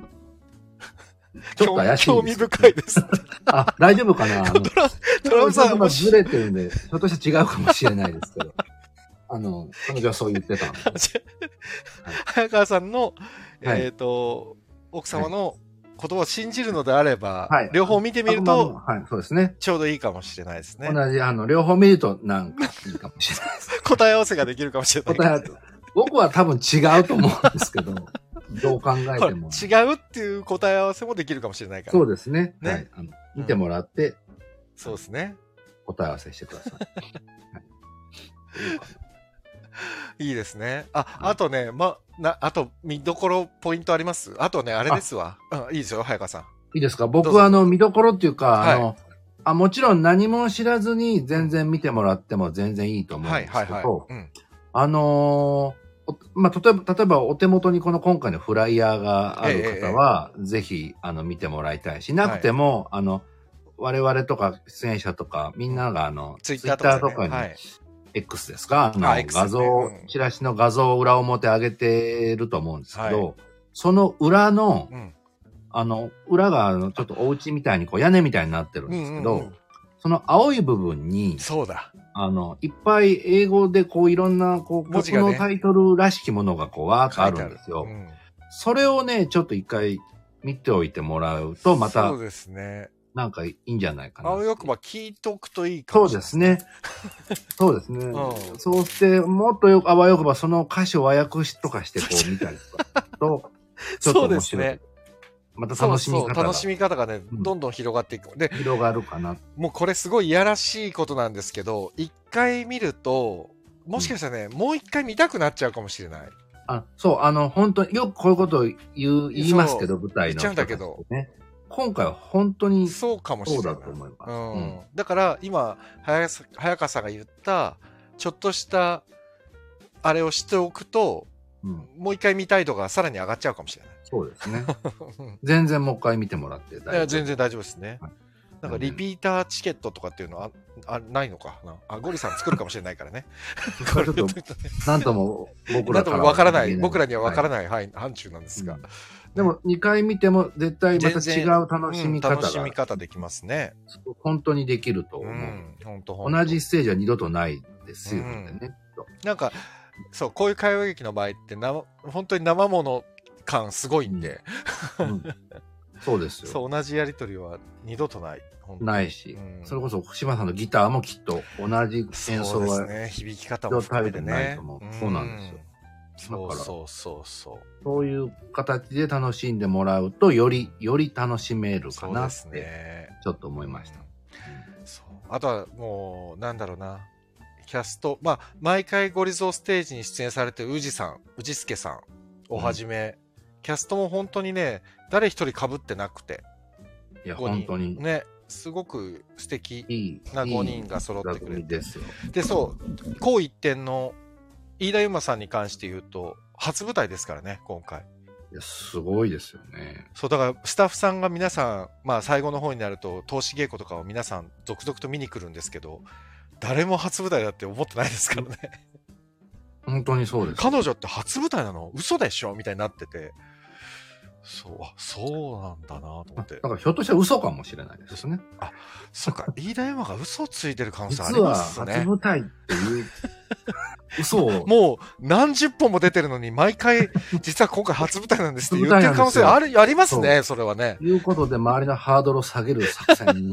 ちょっと怪しい、 ね。興味深いです。 あ、大丈夫かなトラ、トラウさんもずれてるんで、ひょっとして違うかもしれないですけど。あの、彼女はそう言ってたんで。 早川さんの、えっと、奥様の言葉を信じるのであれば、はい、両方見てみると、 はい、そうですね。 ちょうどいいかもしれないですね。 同じ、あの、両方見るとなんかいいかもしれないです。 答え合わせができるかもしれない。 答え合わせ。僕は多分違うと思うんですけど、どう考えても。 違うっていう答え合わせもできるかもしれないから。 そうですね。ね。はい、あの見てもらって、うん、 そうですね。 答え合わせしてください。はい、 いいですね。あ、はい、あとね、ま、な、あと見どころポイントあります？あとね、あれですわ。うん、いいですよ、早川さん。 いいですか？僕はあの、見どころっていうか、あの、はい、あ、もちろん何も知らずに全然見てもらっても全然いいと思うんですけど、はいはいはい、うん、あのー、まあ、例えば、例えばお手元にこの今回のフライヤーがある方は、ええ、ぜひ、あの、見てもらいたいし、なくても、はい、あの、我々とか出演者とか、みんながあの、ツイッターとかに、はい、X ですか、あの、あ画像、ねうん、チラシの画像裏表上げてると思うんですけど、はい、その裏の、うん、あの、裏があの、ちょっとお家みたいにこう屋根みたいになってるんですけど、うんうんうん、その青い部分に、 そうだ。 あの、いっぱい英語でこういろんな、こう、曲のタイトルらしきものがこう、わーっとあるんですよ。うん、それをね、ちょっと一回見ておいてもらうと、また、 そうですね。 なんかいいんじゃないかな。 あわよくば聞いとくといいかもしれない。 そうですね。そうですね。うん、そうして、もっとよあわよくばその歌詞を和訳しとかしてこう見たりとかと、ちょっと面白い。そうですね。また楽しみ方が。 そうそう楽しみ方がね、うん、どんどん広がっていく。で、 広がるかな。 もうこれすごいいやらしいことなんですけど、一回見ると、もしかしたらね、うん、もう一回見たくなっちゃうかもしれない。 あ、そう、あの、本当によくこういうことを言う、言いますけど、舞台の人たち、ね。 言っちゃうんだけど。 今回は本当にそうかもしれない。 そうだと思います。 うんうん、だから今、早川さんが言った、ちょっとしたあれをしておくと、うん、もう一回見たいとかさらに上がっちゃうかもしれない。 そうですね。全然もう一回見てもらって大丈夫。 いや全然大丈夫ですね。はい、なんかリピーターチケットとかっていうのはああないのかなあ。ゴリさん作るかもしれないからね。 これちょっとなんとも僕らからはわからない。僕らにはわからない、はい、範疇なんですが。うんでもにかい見ても絶対また違う楽しみ方が、うん、 楽しみ方できますね。 本当にできると思う。うん、本当本当同じステージは二度とないですよね。うん、 なんかそうこういう会話劇の場合って生本当に生もの感すごいんで、 うんうん、そうですよ。 そう同じやり取りは二度とないないし、うん、それこそ島さんのギターもきっと同じ演奏はそうですね響き方も含めてね。 そうなんですよ。 そうそうそうそう。 そういう形で楽しんでもらうと、より、より楽しめるかなって、ちょっと思いました。 うん、そうあとはもう、なんだろうな、キャスト、まあ、毎回ゴリゾーステージに出演されてる宇治さん、宇治助さんをはじめ、うん、キャストも本当にね、誰一人被ってなくて、 いや、本当に。 ね、すごく素敵なごにんが揃ってくれて。いいですよ。 で、そう、紅一点の、飯田悠馬さんに関して言うと、初舞台ですからね、今回。 いや、すごいですよね。 そう、だからスタッフさんが皆さん、まあ最後の方になると、通し稽古とかを皆さん続々と見に来るんですけど、誰も初舞台だって思ってないですからね。 本当にそうです。 彼女って初舞台なの？嘘でしょみたいになってて。そう、あ、そうなんだなと思って。 だからひょっとしたら嘘かもしれないですね。 あ、そうか、飯田山が嘘ついてる可能性ありますね。 実は初舞台っていう嘘を。 もう何十本も出てるのに、毎回、実は今回初舞台なんですって言ってる可能性ある、ありますね、それはね。 ということで、周りのハードルを下げる作戦に。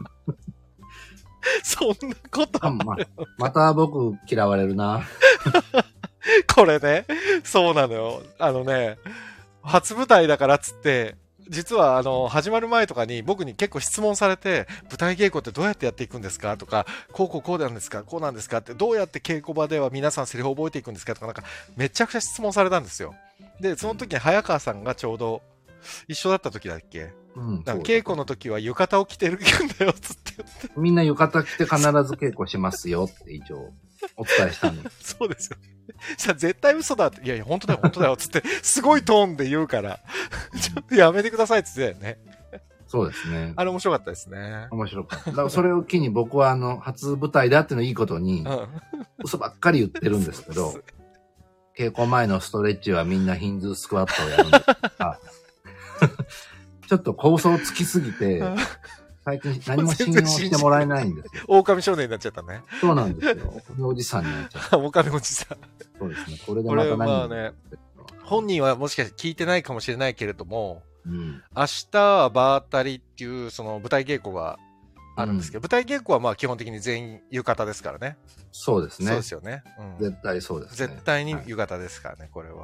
そんなことある、 ま、また僕嫌われるな。 これね、そうなのよ。あのね、初舞台だからっつって、実はあの始まる前とかに僕に結構質問されて、舞台稽古ってどうやってやっていくんですかとか、こうこうこうなんですかこうなんですかって、どうやって稽古場では皆さんセリフを覚えていくんですかとか、なんかめちゃくちゃ質問されたんですよ。で、その時に早川さんがちょうど一緒だった時だっけ、うん、なんか稽古の時は浴衣を着てるんだよっつって言って。 みんな浴衣着て必ず稽古しますよって一応お伝えしたの。 そうですよ。じゃ絶対嘘だって。いやいや、本当だよ、本当だよ。つって、すごいトーンで言うから、ちょっとやめてくださいって言ってたよね。 そうですね。 あれ面白かったですね。 面白かった。だからそれを機に僕はあの、初舞台だってのいいことに、うん、嘘ばっかり言ってるんですけど、稽古前のストレッチはみんなヒンズースクワットをやるんですが、ちょっと構想つきすぎて、最近何も信用してもらえないんですよ。 狼少年になっちゃったね。 そうなんですよ。狼おじさんになっちゃった。 狼おじさん。 そうですね。これでまた何も。ね、本人はもしかして聞いてないかもしれないけれども、うん、明日は場当たりっていうその舞台稽古があるんですけど、うん、舞台稽古はまあ基本的に全員浴衣ですからね。 そうですね。 そうですよね。 うん、絶対そうですね。 絶対に浴衣ですからね、はい、これは。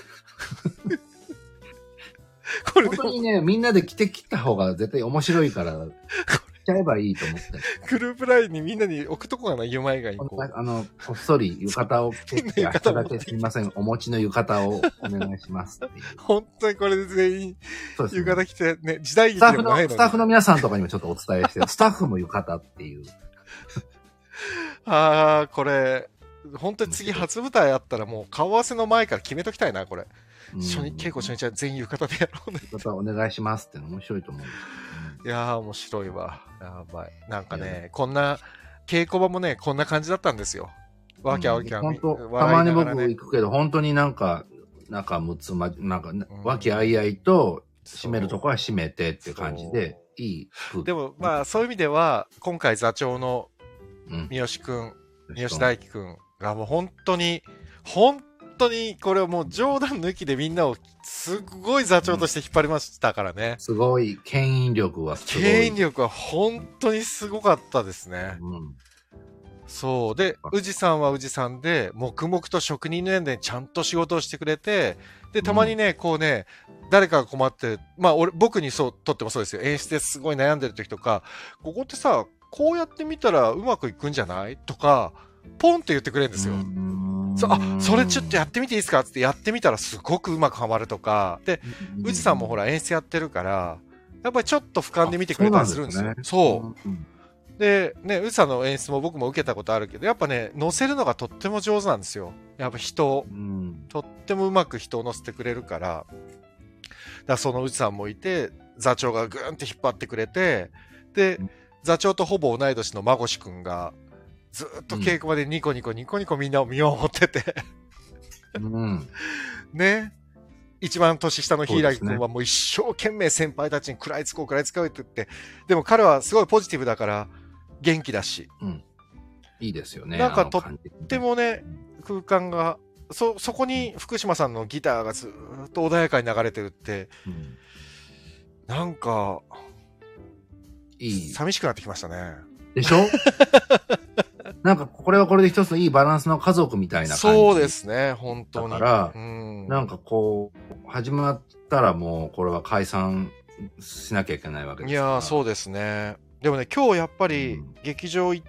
これ本当にね、みんなで着てきた方が絶対面白いから、着ちゃえばいいと思って。 グループラインにみんなに置くとこがない、湯前以外にこう。 あの、こっそり浴衣を着てきて、明日だけすみません、お持ちの浴衣をお願いしますっていう。 本当にこれで全員、浴衣着てね、時代劇でもないのに。スタッフの皆さんとかにもちょっとお伝えして、スタッフも浴衣っていう。 ああ、これ、本当に次初舞台あったらもう顔合わせの前から決めときたいな、これ。初日、稽古初日は全員浴衣でやろうね。 浴衣お願いしますっての面白いと思うんです、 うん、いやー面白いわ。やばい。なんかね、こんな、稽古場もね、こんな感じだったんですよ。わきゃわきゃ、 うん、本当たまに僕行くけど、本当になんか、なんかむつま、なんか、わきあいあいと、閉めるとこは閉めてっていう感じで、いい風。 でも、まあ、そういう意味では、今回座長の三好くん、うん、三好大輝くんがもう本当に、本当にこれはもう冗談抜きでみんなをすごい座長として引っ張りましたからね。うん、 すごい、牽引力はすごい。 牽引力は本当にすごかったですね。 うん、 そう。で、宇治さんは宇治さんで、黙々と職人の縁でちゃんと仕事をしてくれて、で、たまにね、うん、こうね、誰かが困ってる、まあ俺、僕にそう、とってもそうですよ。演出ですごい悩んでる時とか、ここってさ、こうやってみたらうまくいくんじゃないとか、ポンって言ってくれるんですよ。そあ、それちょっとやってみていいですかってやってみたらすごくうまくはまるとか。で、宇治さんもほら演出やってるから、やっぱりちょっと俯瞰で見てくれたりするんですよ。そう。で、ね、宇治さんの演出も僕も受けたことあるけど、やっぱね、乗せるのがとっても上手なんですよ。やっぱ人を。とってもうまく人を乗せてくれるから。だからその宇治さんもいて、座長がグーンって引っ張ってくれて、で、座長とほぼ同い年の孫子くんが、ずっと稽古場でニコニコニコニコみんなを見守っててうん、ね。一番年下の柊君はもう一生懸命先輩たちに食らいつこう食らいつこうって言って、でも彼はすごいポジティブだから元気だし。 うん、いいですよね。 なんかとってもね、空間が、そ、そこに福島さんのギターがずっと穏やかに流れてるって、うん、なんか、いい。寂しくなってきましたね。 でしょなんか、これはこれで一つのいいバランスの家族みたいな感じ。 そうですね、本当に。 だから、うん、なんかこう、始まったらもう、これは解散しなきゃいけないわけですから。 いやー、そうですね。でもね、今日やっぱり、劇場行って、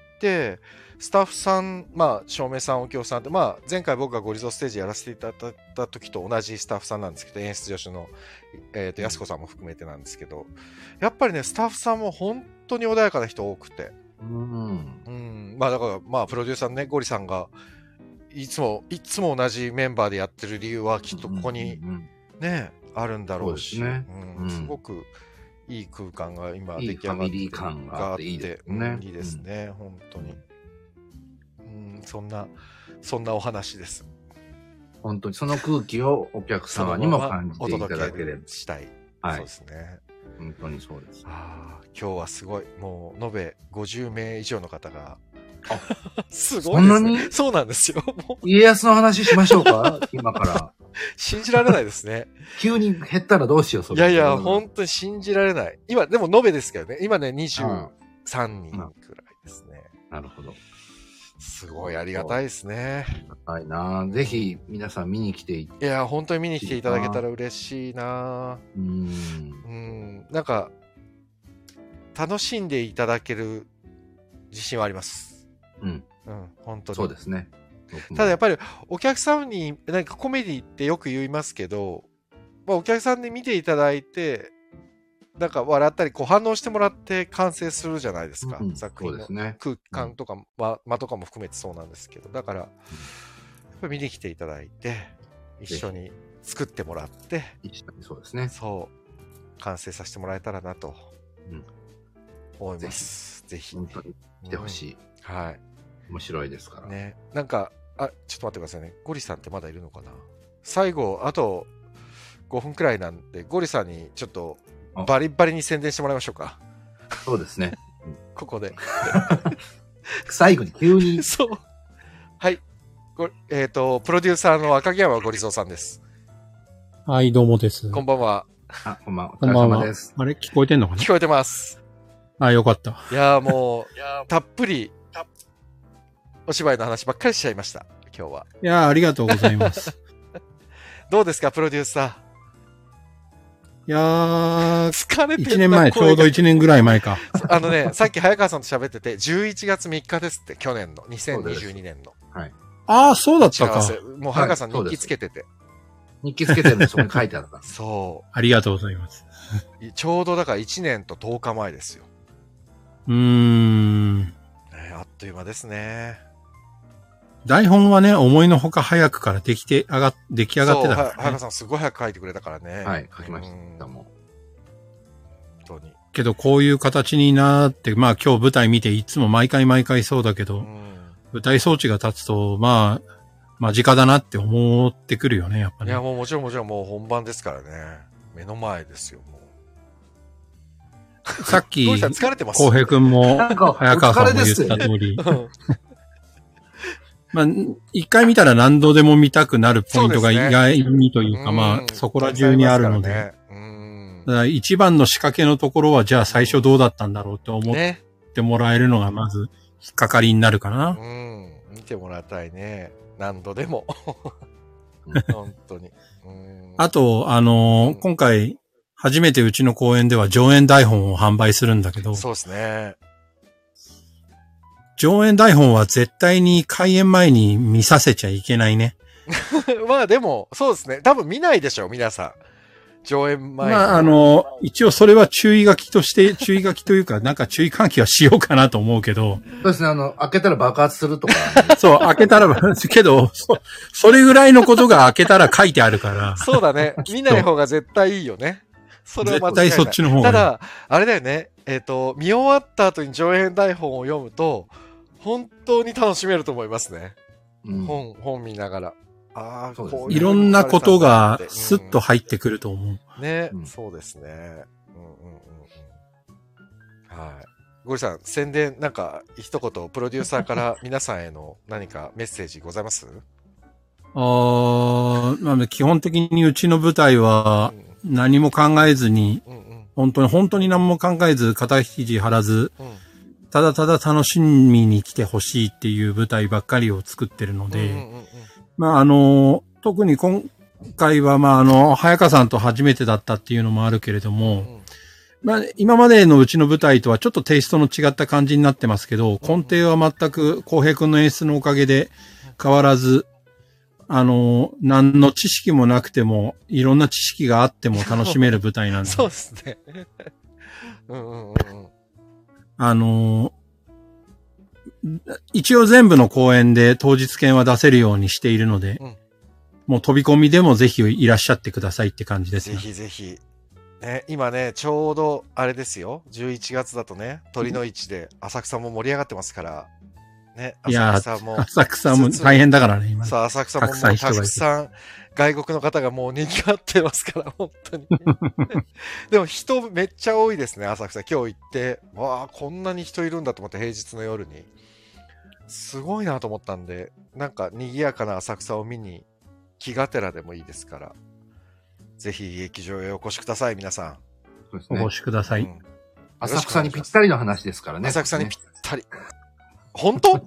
うん、スタッフさん、まあ、照明さん、お経さんって、まあ、前回僕がゴリゾステージやらせていただいた時と同じスタッフさんなんですけど、演出助手の、えっと、安子さんも含めてなんですけど、やっぱりね、スタッフさんも本当に穏やかな人多くて、うん、うん、まあだからまあプロデューサーのねゴリさんがいつもいつも同じメンバーでやってる理由はきっとここにねあるんだろうし、ね、うん、すごくいい空間が今出来上がっていいファミリー感があっていいですね、 うん、いいですね、うん、本当に、うん、そんなそんなお話です。 本当にその空気をお客様にも感じていただければしたい、 はい、 そうですね。 本当にそうです。 あ今日はすごい、もう延べごじゅうめい以上の方が、 あすごいですね。 そんなにそうなんですよ。 家康の話しましょうか今から。 信じられないですね。 急に減ったらどうしよう、それ。いやいや、本当に信じられない。今、でも延べですけどね。今ね、にじゅうさんにんくらいですね。 なるほど。 すごいありがたいですね。 ありがたいな。ぜひ皆さん見に来ていいや、本当に見に来ていただけたら嬉しいな。 うん。 うん。なんか、楽しんでいただける自信はあります。 うん。 うん、本当に。 そうですね。 ただやっぱりお客さんに、なんかコメディってよく言いますけど、まあ、お客さんで見ていただいて、なんか笑ったりこう反応してもらって完成するじゃないですか、 うん、 作品のね、 空間とか、うん、間, 間とかも含めてそうなんですけど、だから、うん、やっぱり見に来ていただいて一緒に作ってもらって一緒にそうですね、 そう完成させてもらえたらなと思います。ぜひ本当に来てほしい、 うん、はい、 面白いですからね。なんかあちょっと待ってくださいね。ゴリさんってまだいるのかな。最後あとごふんくらいなんでゴリさんにちょっとバリバリに宣伝してもらいましょうか。 そうですね。 ここで。 最後に急に。 そう。はい。えっ、ー、と、プロデューサーの赤木山ゴリゾーさんです。 はい、どうもです。 こんばんは。 あ、こんばんは。お疲れ様です。 あれ聞こえてんのかな。 聞こえてます。 あ、よかった。 いやーもう、たっぷり、お芝居の話ばっかりしちゃいました、今日は。 いやー、ありがとうございます。 どうですか、プロデューサー。 いやー、 疲れてる。 一年前、ちょうど一年ぐらい前か。 あのね、さっき早川さんと喋ってて、じゅういちがつみっかですって、去年の、にせんにじゅうにねんの。 はい。 ああ、そうだったか。 もう早川さん日記つけてて。 日記つけてるんで、そこに書いてあるから。 そう。 ありがとうございます。 ちょうどだからいちねんととおかまえですよ。 うーん。 ね、あっという間ですね。 台本はね、思いのほか早くからできて、上が、出来上がってたから、ね。 早川さんすごい早く書いてくれたからね。 はい、書きました。もう。 本当に。 けどこういう形になって、まあ今日舞台見ていつも毎回毎回そうだけど、うん、舞台装置が立つと、まあ、間近だなって思ってくるよね、やっぱね。 いや、もうもちろんもちろんもう本番ですからね。目の前ですよ、もう。さっき、 疲れてます。 浩平くんも、早川さんも言った通り。 まあ、一回見たら何度でも見たくなるポイントが意外にというか、まあ、そこら中にあるので、だから一番の仕掛けのところは、じゃあ最初どうだったんだろうと思ってもらえるのが、まず、引っかかりになるかな。 うん。見てもらいたいね。何度でも。本当に。 あと、あのーうん、今回、初めてうちの公演では上演台本を販売するんだけど。 そうですね。 上演台本は絶対に開演前に見させちゃいけないね。 まあでも、そうですね。多分見ないでしょう、皆さん。上演前に。 まあ、あの、一応それは注意書きとして、注意書きというか、なんか注意喚起はしようかなと思うけど。 そうですね、あの、開けたら爆発するとか、 ね。そう、開けたら、けど、そ、それぐらいのことが開けたら書いてあるから。 そうだね。見ない方が絶対いいよね。それは間違いない。 絶対そっちの方がいい。 ただ、あれだよね。えっと、見終わった後に上演台本を読むと、本当に楽しめると思いますね。うん、本、本見ながら。ああ、 こういろんなことがスッと入ってくると思う。 うん、ね、うん、そうですね。うんうんうんうん。はい。ゴリさん、宣伝、なんか、一言、プロデューサーから皆さんへの何かメッセージございます？ ああ、なので基本的にうちの舞台は何も考えずに、うんうん、本当に、本当に何も考えず、肩肘張らず、うん、ただただ楽しみに来てほしいっていう舞台ばっかりを作ってるので、うんうんうん、まああの、特に今回はまああの、早川さんと初めてだったっていうのもあるけれども、うん、まあ今までのうちの舞台とはちょっとテイストの違った感じになってますけど、根底は全く浩平くんの演出のおかげで変わらず、あの、何の知識もなくても、いろんな知識があっても楽しめる舞台なんで。 そうですね。うんうんうん。 あの、一応全部の公演で当日券は出せるようにしているので、うん、もう飛び込みでもぜひいらっしゃってくださいって感じですね。 ぜひぜひ。ね、今ね、ちょうどあれですよ。じゅういちがつだとね、鳥の市で浅草も盛り上がってますから。ね、 浅草も。浅草も大変だからね、今。 さあ、浅草ももうたくさん外国の方がもう賑わってますから、本当に。でも人めっちゃ多いですね、浅草。今日行って、わあ、こんなに人いるんだと思って平日の夜に。すごいなと思ったんで、なんか賑やかな浅草を見に、気がてらでもいいですから、ぜひ劇場へお越しください、皆さん。 そうですね、お越しください、うん。 浅草にぴったりの話ですからね。 浅草にぴったり。本当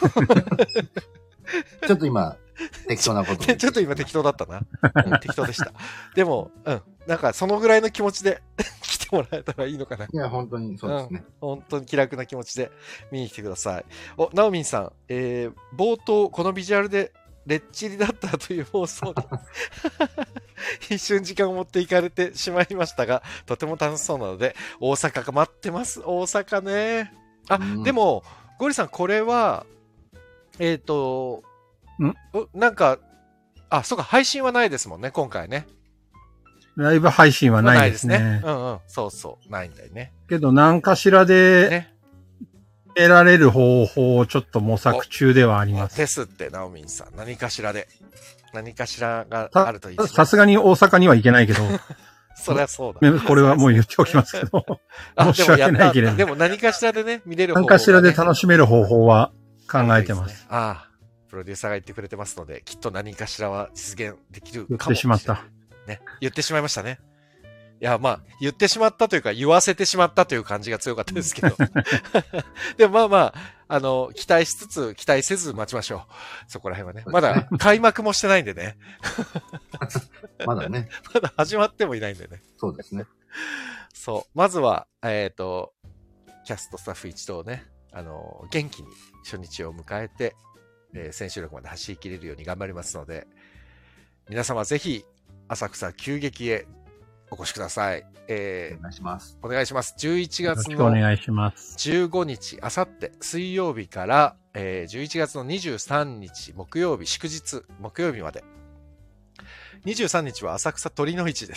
ちょっと今、適当なこと。 ちょっと今適当だったな。うん、適当でした。でも、うん。なんかそのぐらいの気持ちで来てもらえたらいいのかな。いや、本当にそうですね。 うん、本当に気楽な気持ちで見に来てください。お、ナオミンさん、えー、冒頭、このビジュアルでレッチリだったという放送に一瞬時間を持っていかれてしまいましたが、とても楽しそうなので、大阪が待ってます。大阪ね。あ、うん、でも、ゴリさん、これは、えっと、んなんか、あ、そうか、配信はないですもんね、今回ね。 ライブ配信はないですね。 ないですね。うんうん。そうそう。ないんだよね。 けど、何かしらで、ね、得られる方法をちょっと模索中ではあります。 ですって、ナオミンさん。何かしらで。何かしらがあるといいですね。 さすがに大阪には行けないけど。 そりゃそうだ。 これはもう言っておきますけど。申し訳ないけれど。 でも何かしらでね、見れる方法、ね。 何かしらで楽しめる方法は考えてます。 いいですね、ああ。プロデューサーが言ってくれてますので、きっと何かしらは実現できるかも。 言ってしまった。 ね。言ってしまいましたね。いや、まあ、言ってしまったというか、言わせてしまったという感じが強かったですけど。でもまあまあ、あの、期待しつつ、期待せず待ちましょう。そこら辺はね。まだ開幕もしてないんでね。 まだね。 まだ始まってもいないんでね。 そうですね。 そう。まずは、えっと、キャストスタッフ一同ね、あの、元気に初日を迎えて、えー、千秋楽まで走り切れるように頑張りますので、皆様ぜひ、浅草急激へお越しください。えー、お願いします。 お願いします。じゅういちがつのお願いしますじゅうごにち、あさって水曜日から、えー、じゅういちがつのにじゅうさんにち木曜日、祝日、木曜日まで。にじゅうさんにちは浅草鳥の市です。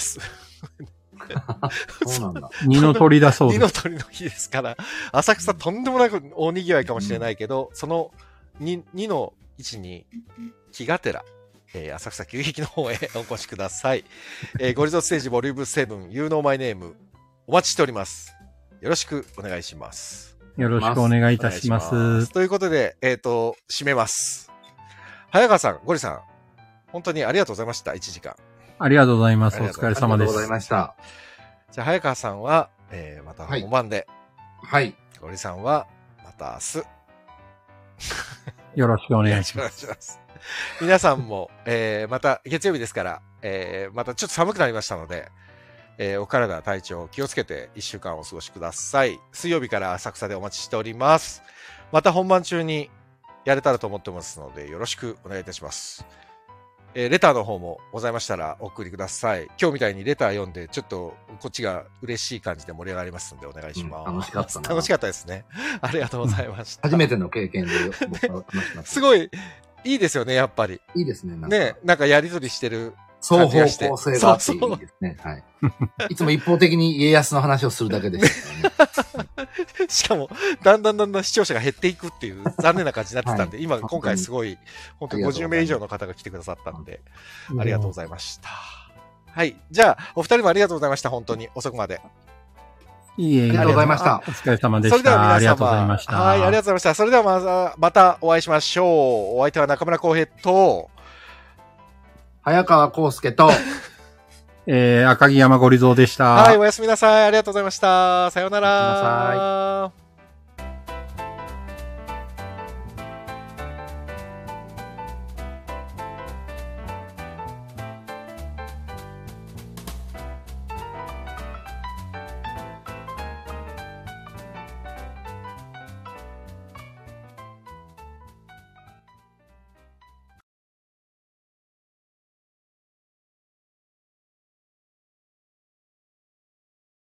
そうなんだ。 二の鳥だそうです。 二の鳥の日ですから、浅草とんでもなく大賑わいかもしれないけど、うん、そのにの位置に気がてら、えー、浅草急激の方へお越しください。えー、ゴリゾステージボリュームセブン You Know My Name お待ちしております。よろしくお願いします。 よろしくお願いいたします。 ということで、えっと、締めます。 早川さん、ゴリさん、本当にありがとうございました。いちじかん。 ありがとうございます。お疲れ様です。ありがとうございました。 じゃあ、早川さんは、えー、また本番で。 はい。 ゴリさんは、また明日。 よろしくお願いします。 ます皆さんも、えー、また月曜日ですから、えー、またちょっと寒くなりましたので、えー、お体、体調気をつけていっしゅうかんお過ごしください。水曜日から浅草でお待ちしております。また本番中にやれたらと思ってますので、よろしくお願いいたします。えー、レターの方もございましたらお送りください。今日みたいにレター読んで、ちょっとこっちが嬉しい感じで盛り上がりますのでお願いします。 うん、楽しかったな。 楽しかったですね。ありがとうございました。 初めての経験で僕は楽しかった。 すごい、いいですよね、やっぱり。 いいですね。なんかね、なんかやりとりしてる。 双方向性があっていいですね。はい。いつも一方的に家康の話をするだけでしたからね。 しかも、だんだんだんだん視聴者が減っていくっていう残念な感じになってたんで、はい、今、今回すごい、本当にごじゅうめい以上の方が来てくださったんで、ありがとうございました。はい。じゃあ、お二人もありがとうございました。本当に遅くまで。 いいえ、 ありがとうございました。 お疲れ様でした。 それでは皆様、 ありがとうございました。 はい、ありがとうございました。それではまた、またお会いしましょう。お相手は中村浩平と、 早川康介と、 えー、赤木山ゴリゾウでした。 はい、おやすみなさい。ありがとうございました。さようなら。 おやすみなさい。